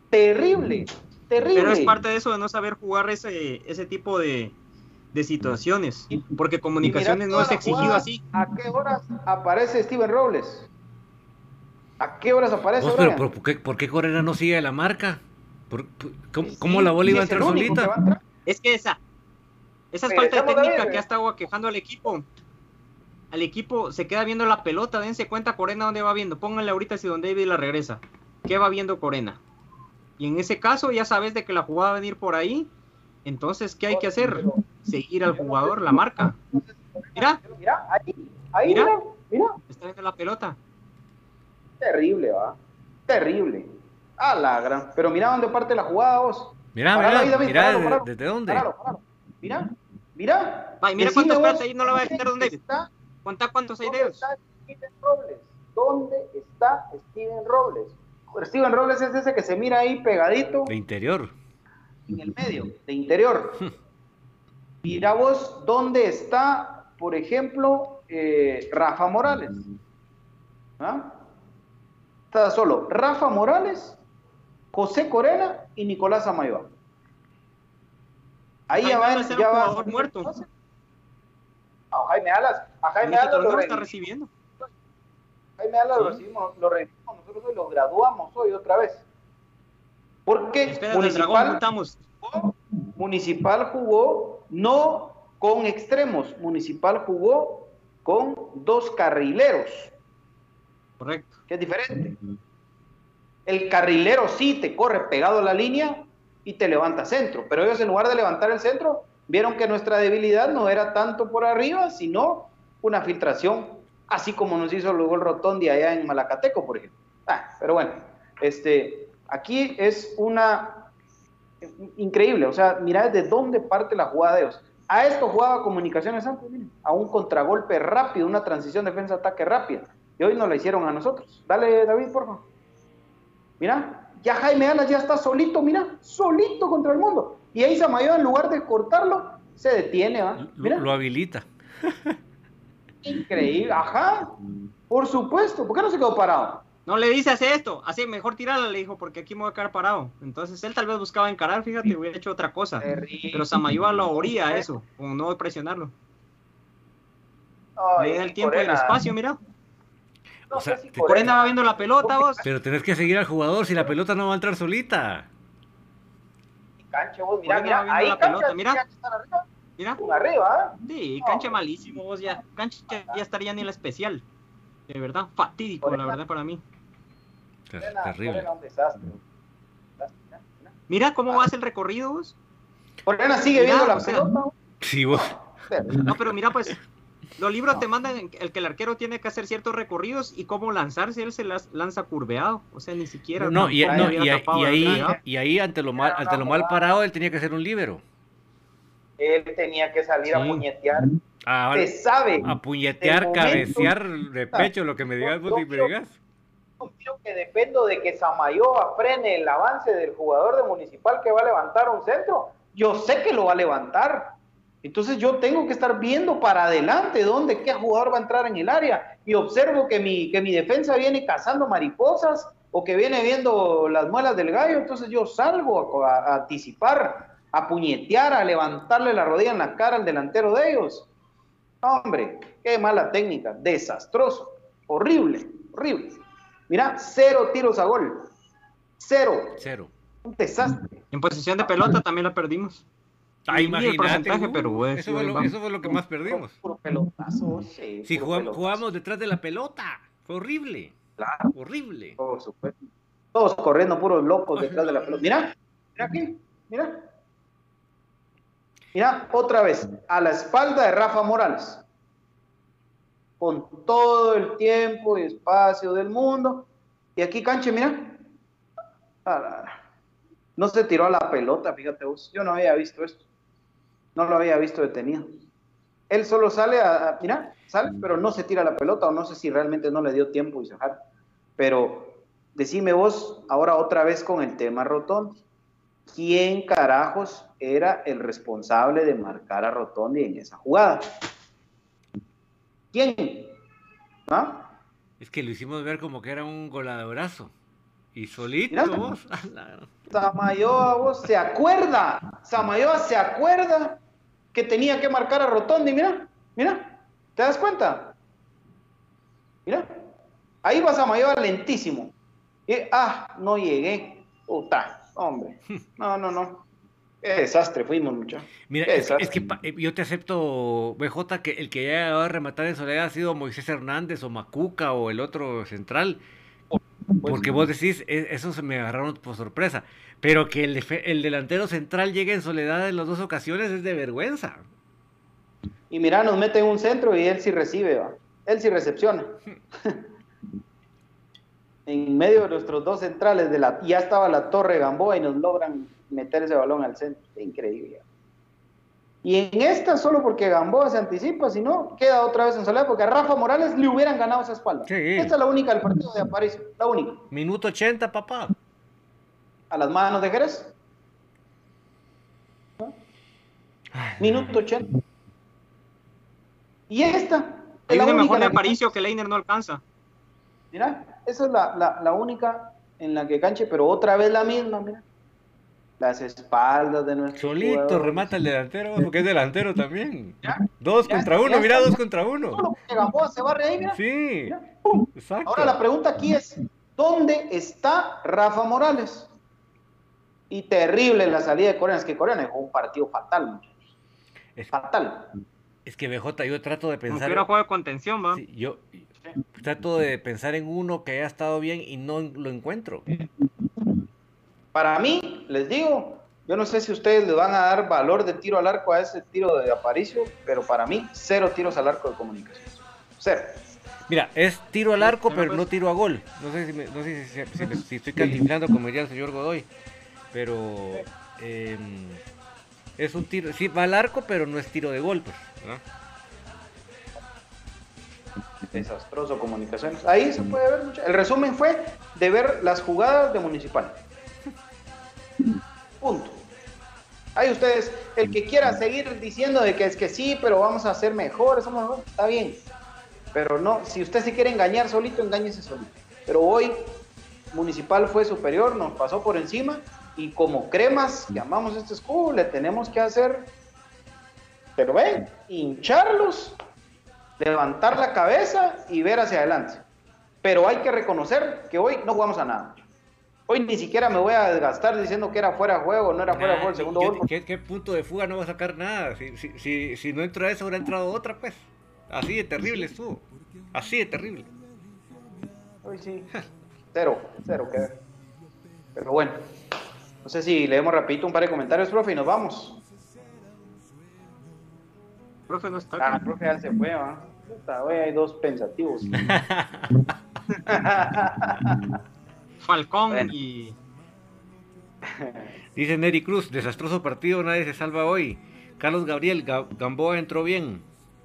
Pero es parte de eso de no saber jugar ese tipo de situaciones. Porque comunicaciones no es exigido así. ¿A qué horas aparece Steven Robles? ¿A qué horas aparece? Pero ¿por qué Corena no sigue la marca? ¿Cómo la bola iba a entrar solita? Es que esa es falta de técnica que ha estado aquejando al equipo. Al equipo se queda viendo la pelota. Dense cuenta Corena dónde va viendo. Pónganle ahorita si Don David la regresa. ¿Qué va viendo Corena? Y en ese caso ya sabes de que la jugada va a venir por ahí. Entonces, ¿qué hay que hacer? Seguir al jugador, la marca. Mira. Ahí, mira. Está viendo la pelota. Terrible, va. Terrible. A la gran. Pero mira dónde parte la jugada, vos. Mira, ¿desde dónde? Mira. Mira cuántos platos ahí, no lo va a quitar Don David. Contá cuántos hay de ellos. ¿Dónde está Steven Robles? Steven Robles es ese que se mira ahí pegadito. De interior. En el medio, de interior. Mira vos dónde está, por ejemplo, Rafa Morales. Está solo Rafa Morales, José Corena y Nicolás Amayoa. Ahí ya va muerto. A Jaime Alas lo está recibiendo. Jaime Alas lo recibimos nosotros hoy, lo graduamos hoy otra vez. Porque Municipal jugó no con extremos, Municipal jugó con 2 carrileros. Correcto. Que es diferente. El carrilero sí te corre pegado a la línea y te levanta centro, pero ellos en lugar de levantar el centro, vieron que nuestra debilidad no era tanto por arriba, sino una filtración, así como nos hizo luego el Rotondi allá en Malacateco, por ejemplo. Pero bueno, aquí es increíble, o sea, mira desde dónde parte la jugada de ellos. A esto jugaba Comunicaciones antes, miren, a un contragolpe rápido, una transición defensa-ataque rápida, y hoy nos la hicieron a nosotros. Dale, David, por favor. Mira, ya Jaime Alas ya está solito, mira, solito contra el mundo. Y ahí Samayoa, en lugar de cortarlo, se detiene, ¿va? Mira. Lo habilita. Increíble, ajá. Por supuesto, ¿por qué no se quedó parado? No le dice, hace esto, así, mejor tirarla, le dijo, porque aquí me voy a quedar parado. Entonces él tal vez buscaba encarar, fíjate, hubiera hecho otra cosa. Pero Samayoa lo oría a eso, como no presionarlo. Le da el tiempo y el espacio, mira. No, o sea, Corena va viendo la pelota, vos. Pero tenés que seguir al jugador, si la pelota no va a entrar solita. Cancha, vos, mira, ahí la pelota, mira. Mira. Arriba, ¿eh? Sí, cancha malísimo, vos ya. Cancha ya estaría ni la especial. De verdad, fatídico, la verdad, para mí. Terrible. Mira cómo hace el recorrido, vos. Corena sigue viendo la pelota. Sí, vos. No, pero mira, pues, los libros te mandan el que el arquero tiene que hacer ciertos recorridos y cómo lanzarse, él se lanza curveado, o sea, ni siquiera. Y ahí ante lo mal parado, él tenía que ser un líbero. Él tenía que salir a puñetear. Se sabe. A puñetear, cabecear de pecho, lo que me digas vos y me digas. Yo quiero que dependo de que Samayoa frene el avance del jugador de Municipal que va a levantar un centro. Yo sé que lo va a levantar. Entonces yo tengo que estar viendo para adelante qué jugador va a entrar en el área, y observo que mi defensa viene cazando mariposas o que viene viendo las muelas del gallo, entonces yo salgo a anticipar, a puñetear, a levantarle la rodilla en la cara al delantero de ellos. Hombre, qué mala técnica, desastroso, horrible. Mira, 0 tiros a gol, 0. Un desastre. En posición de pelota también la perdimos. Imagínate, pero eso fue lo que más perdimos. Puro pelotazo, sí, jugamos detrás de la pelota, fue horrible. Claro. Horrible. Por supuesto. Todos corriendo puros locos detrás de la pelota. Mira aquí, mira, otra vez, a la espalda de Rafa Morales, con todo el tiempo y espacio del mundo, y aquí Canche, mira, no se tiró a la pelota, fíjate vos, yo no había visto esto, no lo había visto detenido. Él solo sale sale, pero no se tira a la pelota, o no sé si realmente no le dio tiempo y se jala. Pero decime vos, ahora otra vez con el tema Rotondi, ¿quién carajos era el responsable de marcar a Rotondi en esa jugada? ¿Quién? ¿Ah? Es que lo hicimos ver como que era un goladorazo. Y solito, vos. Samayoa, vos, Samayoa se acuerda que tenía que marcar a Rotondi, mira, ¿te das cuenta? Mira, ahí va Samayoa lentísimo. No llegué. Puta, hombre. No. Qué desastre fuimos, muchachos. Mira, es que yo te acepto, BJ, que el que haya llegado a rematar en soledad ha sido Moisés Hernández o Macuca o el otro central. Porque vos decís, eso se me agarraron por sorpresa. Pero que el delantero central llegue en soledad en las dos ocasiones es de vergüenza. Y mira, nos mete en un centro y él sí recibe, ¿va? Él sí recepciona. En medio de nuestros dos centrales, ya estaba la Torre Gamboa y nos logran meter ese balón al centro. Increíble. Y en esta, solo porque Gamboa se anticipa, si no, queda otra vez en soledad, porque a Rafa Morales le hubieran ganado esa espalda. Sí. Esta es la única del partido de Aparicio, la única. Minuto 80, papá. A las manos de Jerez. Minuto 80. Y esta. Hay una mejor de Aparicio que Leiner no alcanza. Mira, esa es la única en la que Canche, pero otra vez la misma, mira. Las espaldas de nuestro solito jugador. Remata el delantero, porque es delantero también. 2 contra 1, mira, 2 contra 1. Solo porque Gamboa se barre ahí, mira. Sí, mira. Exacto. Ahora la pregunta aquí es, ¿dónde está Rafa Morales? Y terrible la salida de Corena, es que Corena dejó un partido fatal, muchachos. Fatal. Es que BJ, yo trato de pensar. Como que era juego de contención, ¿va? Sí, yo Trato de pensar en uno que haya estado bien y no lo encuentro. Para mí, les digo, yo no sé si ustedes le van a dar valor de tiro al arco a ese tiro de Aparicio, pero para mí, 0 tiros al arco de Comunicaciones. 0. Mira, es tiro al arco, pero no tiro a gol. No sé si estoy cantinflando, como diría el señor Godoy, pero es un tiro, sí va al arco, pero no es tiro de gol, pues, ¿no? Desastroso Comunicaciones. Ahí se puede ver mucho. El resumen fue de ver las jugadas de Municipal. Punto. Ahí ustedes, el que quiera seguir diciendo de que es que sí, pero vamos a ser mejores, somos mejores, está bien. Pero no, si usted se quiere engañar solito, engáñese solito. Pero hoy Municipal fue superior, nos pasó por encima y como cremas que amamos este escudo, le tenemos que hacer, pero ven, hincharlos, levantar la cabeza y ver hacia adelante. Pero hay que reconocer que hoy no jugamos a nada. Hoy ni siquiera me voy a desgastar diciendo que era fuera de juego, no era fuera de juego el segundo gol. ¿Qué punto de fuga no va a sacar nada? Si no entró eso, hubiera entrado otra, pues. Así de terrible estuvo. Así de terrible. Hoy sí. 0 que ver. Pero bueno. No sé si leemos rapidito un par de comentarios, profe, y nos vamos. Profe no está. El profe ya se fue, ¿va? Hoy hay 2 pensativos. Falcón y... Dice Neri Cruz, desastroso partido, nadie se salva hoy. Carlos Gabriel, Gamboa entró bien.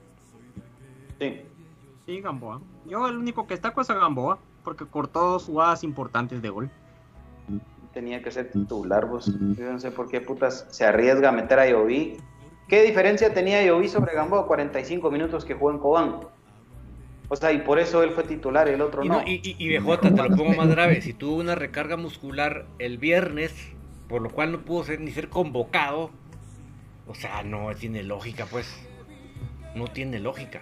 Sí, Gamboa. Yo el único que destaco es a Gamboa, porque cortó 2 jugadas importantes de gol. Tenía que ser titular, vos. Yo no sé por qué putas se arriesga a meter a Yoví. ¿Qué diferencia tenía Yoví sobre Gamboa? 45 minutos que jugó en Cobán. O sea, y por eso él fue titular y el otro no. Y BJ, te lo pongo más grave. Si tuvo una recarga muscular el viernes, por lo cual no pudo ni ser convocado, o sea, no tiene lógica, pues. No tiene lógica.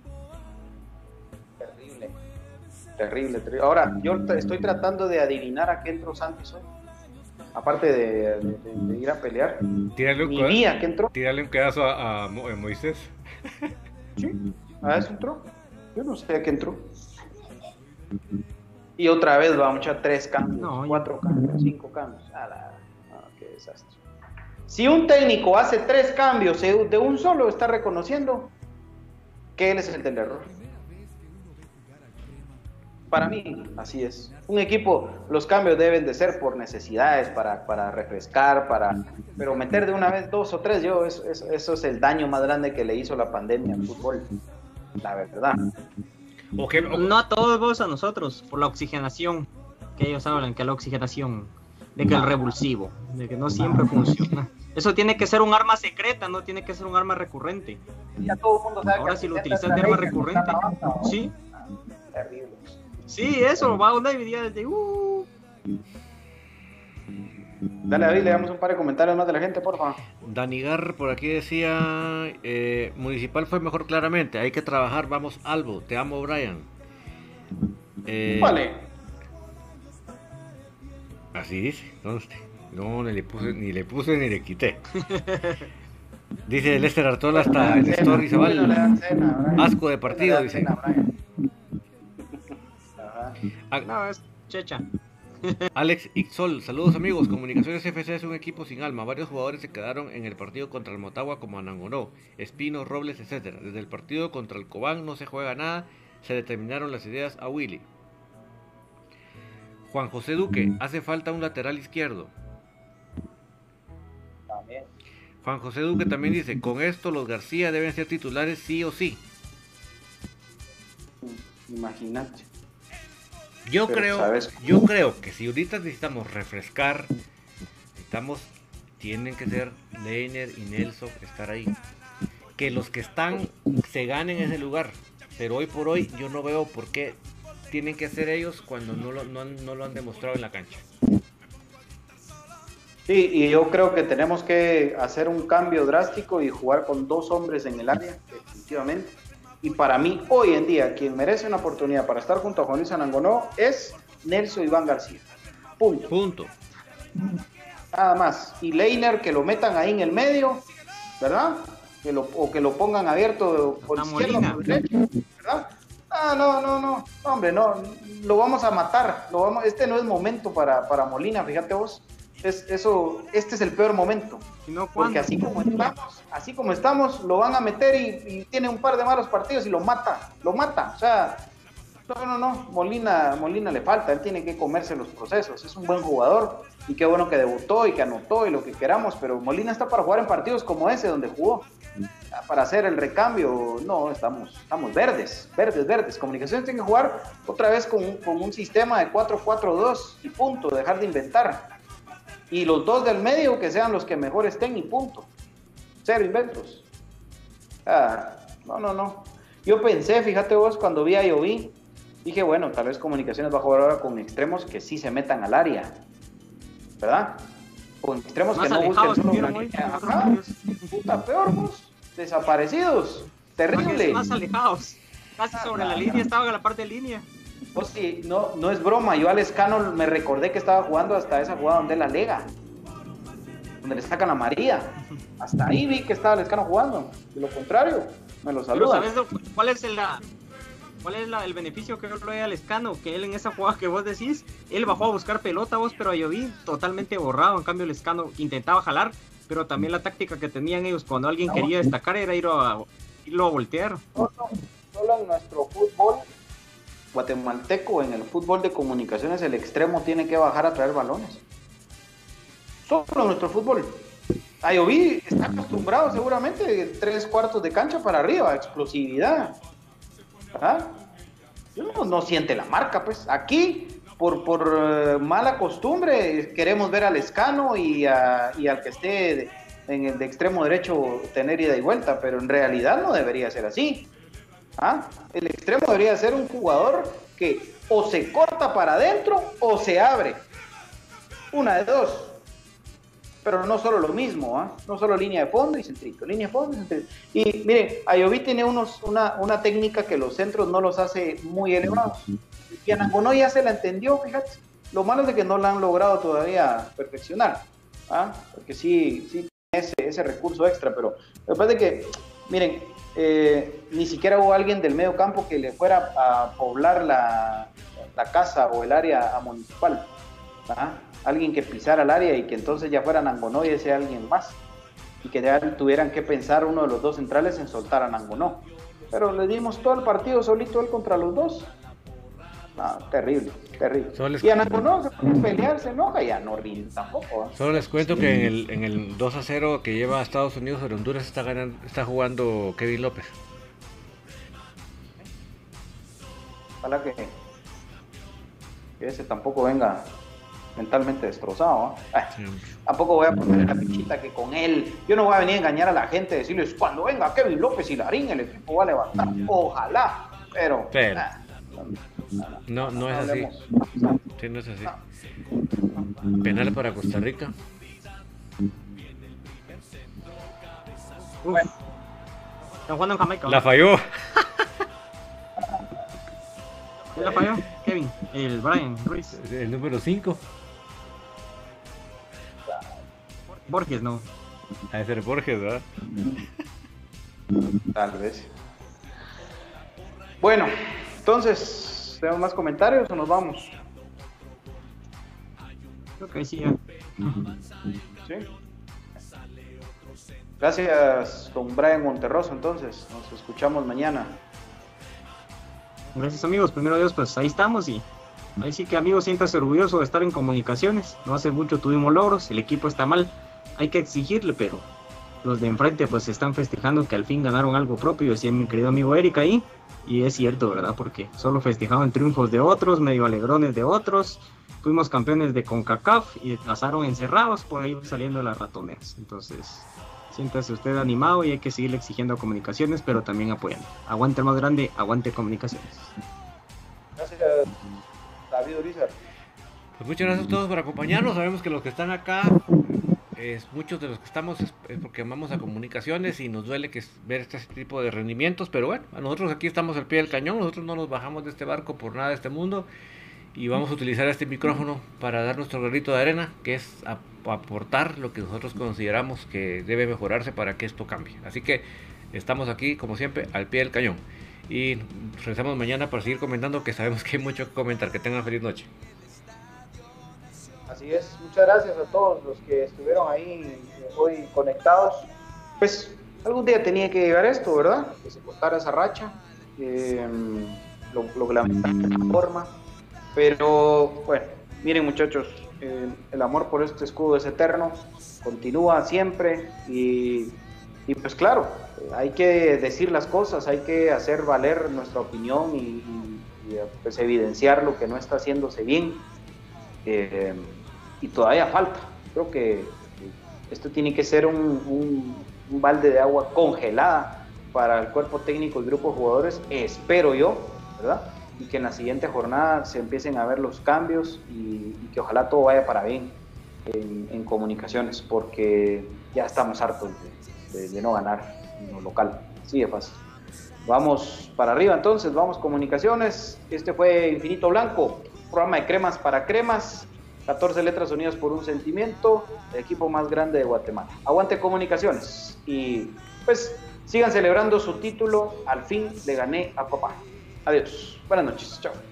Terrible. Ahora, yo estoy tratando de adivinar a qué entró Santos hoy. Aparte de ir a pelear. Tírale un pedazo a Moisés. Sí, a eso entró. Yo no sé a qué entró. Y otra vez va a echar 3 cambios, 4 cambios, 5 cambios. Qué desastre. Si un técnico hace 3 cambios de un solo, está reconociendo que él es el del error. Para mí, así es. Un equipo, los cambios deben de ser por necesidades, para refrescar, pero meter de una vez 2 o 3, eso es el daño más grande que le hizo la pandemia al fútbol. La verdad. No a todos vos, a nosotros, por la oxigenación, que ellos hablan, que la oxigenación, de que el revulsivo, de que no siempre funciona. Eso tiene que ser un arma secreta, no tiene que ser un arma recurrente. Ya todo el mundo sabe. Ahora si lo utilizas de arma recurrente, sí. Terrible. Sí, eso, va a una dividida desde... Dale, David, le damos un par de comentarios más de la gente, por favor. Danigar por aquí decía, Municipal fue mejor claramente, hay que trabajar, vamos Albo, te amo Brian. Vale. Así dice, no, ni le puse ni le quité. Dice Lester Artola hasta el Story Zabal. Asco de partido, dice. No, es checha. Alex Ixol, saludos amigos. Comunicaciones FC es un equipo sin alma. Varios jugadores se quedaron en el partido contra el Motagua como Anangonó, Espino, Robles, etc. Desde el partido contra el Cobán no se juega nada. Se determinaron las ideas a Willy. Juan José Duque, hace falta un lateral izquierdo. También. Juan José Duque también dice, con esto los García deben ser titulares sí o sí. Imagínate. Yo creo que si ahorita necesitamos refrescar, tienen que ser Leiner y Nelson estar ahí. Que los que están se ganen ese lugar. Pero hoy por hoy yo no veo por qué tienen que ser ellos cuando no lo han demostrado en la cancha. Sí, y yo creo que tenemos que hacer un cambio drástico y jugar con 2 hombres en el área, definitivamente. Y para mí, hoy en día, quien merece una oportunidad para estar junto a Juan Luis Anangonó es Nelson Iván García. Punto. Nada más. Y Leiner, que lo metan ahí en el medio, ¿verdad? O que lo pongan abierto por izquierda o por derecha, ¿verdad? No, hombre, no, lo vamos a matar, este no es momento para Molina, fíjate vos, este es el peor momento, porque así como estamos, lo van a meter y tiene un par de malos partidos y lo mata, o sea, no, Molina le falta, él tiene que comerse los procesos, es un buen jugador, y qué bueno que debutó y que anotó y lo que queramos, pero Molina está para jugar en partidos como ese donde jugó, para hacer el recambio. No, estamos verdes. Comunicaciones tiene que jugar otra vez con un sistema de 4-4-2 y punto, dejar de inventar, y los dos del medio que sean los que mejor estén y punto, cero inventos. No, yo pensé, fíjate vos, cuando vi a Ayoví, dije, bueno, tal vez Comunicaciones va a jugar ahora con extremos que sí se metan al área, ¿verdad? Con extremos más que no busquen solo una línea. Puta, peor vos, desaparecidos, terrible. Más alejados, casi sobre la línea, estaban en la parte de línea. Pues sí, no es broma, yo a Lescano me recordé que estaba jugando hasta esa jugada donde él alega, donde le sacan a María, hasta ahí vi que estaba Lescano jugando, de lo contrario, me lo saludan. Pero ¿sabes cuál es el beneficio que yo le doy a Lescano? Que él en esa jugada que vos decís, él bajó a buscar pelota vos, pero yo vi totalmente borrado. En cambio Lescano intentaba jalar, pero también la táctica que tenían ellos cuando alguien quería destacar era irlo a voltear. Solo en nuestro fútbol guatemalteco, en el fútbol de Comunicaciones, el extremo tiene que bajar a traer balones. Solo en nuestro fútbol. Ayoví está acostumbrado seguramente 3/4 de cancha para arriba, explosividad. No siente la marca, pues. Aquí, por mala costumbre, queremos ver al Lescano y al que esté en el de extremo derecho tener ida y vuelta, pero en realidad no debería ser así. El extremo debería ser un jugador que o se corta para adentro o se abre. Una de dos. Pero no solo lo mismo, no solo línea de fondo y centrito, Y miren, Ayoví tiene una técnica que los centros no los hace muy elevados. Y Anangonó ya se la entendió, fíjate. Lo malo es de que no la han logrado todavía perfeccionar, porque sí tiene ese recurso extra, pero lo que pasa es que, miren, ni siquiera hubo alguien del medio campo que le fuera a poblar la casa o el área a Municipal, alguien que pisara el área y que entonces ya fuera Anangonó y ese alguien más, y que ya tuvieran que pensar uno de los dos centrales en soltar a Anangonó, pero le dimos todo el partido solito él contra los dos. Terrible. Y Anangonó se puede pelear, se enoja, ya no rinde tampoco. Solo les cuento que en el 2-0 que lleva a Estados Unidos sobre Honduras está jugando Kevin López. Ojalá que ese tampoco venga mentalmente destrozado. Tampoco voy a poner la pichita que con él, yo no voy a venir a engañar a la gente, decirles cuando venga Kevin López y Larín el equipo va a levantar, ojalá, pero no es así. Sí, no es así. Penal para Costa Rica. Están jugando en Jamaica. La falló. ¿Quién la falló? Kevin, el Brian Ruiz. El número 5. Borges, no. Debe ser Borges, ¿verdad? Tal vez. Bueno, entonces, ¿tenemos más comentarios o nos vamos? Creo que sí, ya. ¿Sí? Gracias, don Brian Monterroso, entonces. Nos escuchamos mañana. Gracias, amigos. Primero Dios, pues ahí estamos y ahí sí que, amigos, siéntase orgulloso de estar en Comunicaciones. No hace mucho tuvimos logros, el equipo está mal, hay que exigirle, pero los de enfrente pues están festejando que al fin ganaron algo propio, decía mi querido amigo Eric ahí, y es cierto, ¿verdad? Porque solo festejaban triunfos de otros, medio alegrones de otros, fuimos campeones de CONCACAF y pasaron encerrados por ahí saliendo de las ratoneras. Entonces, siéntase usted animado y hay que seguirle exigiendo a Comunicaciones, pero también apoyando. Aguante el más grande, aguante Comunicaciones. Gracias, David Urizar. Pues muchas gracias a todos por acompañarnos. Sabemos que los que están acá, muchos de los que estamos es porque amamos a Comunicaciones y nos duele ver este tipo de rendimientos, pero bueno, a nosotros aquí estamos al pie del cañón, nosotros no nos bajamos de este barco por nada de este mundo y vamos a utilizar este micrófono para dar nuestro granito de arena, que es aportar lo que nosotros consideramos que debe mejorarse para que esto cambie. Así que estamos aquí, como siempre, al pie del cañón. y regresamos mañana para seguir comentando, que sabemos que hay mucho que comentar. Que tengan feliz noche. Así es, muchas gracias a todos los que estuvieron ahí hoy conectados. Pues algún día tenía que llegar esto, ¿verdad? Que se cortara esa racha, lo lamentable de la forma, pero bueno, miren muchachos, el amor por este escudo es eterno, continúa siempre y pues claro, hay que decir las cosas, hay que hacer valer nuestra opinión y pues evidenciar lo que no está haciéndose bien, y todavía falta. Creo que esto tiene que ser un balde de agua congelada para el cuerpo técnico y grupo de jugadores, espero yo, ¿verdad? Y que en la siguiente jornada se empiecen a ver los cambios y que ojalá todo vaya para bien en Comunicaciones, porque ya estamos hartos de no ganar en lo local, así de fácil. Vamos para arriba entonces, vamos Comunicaciones. Este fue Infinito Blanco, programa de cremas para cremas, 14 letras unidas por un sentimiento, el equipo más grande de Guatemala. Aguante Comunicaciones y pues sigan celebrando su título. Al fin le gané a papá. Adiós, buenas noches, chao.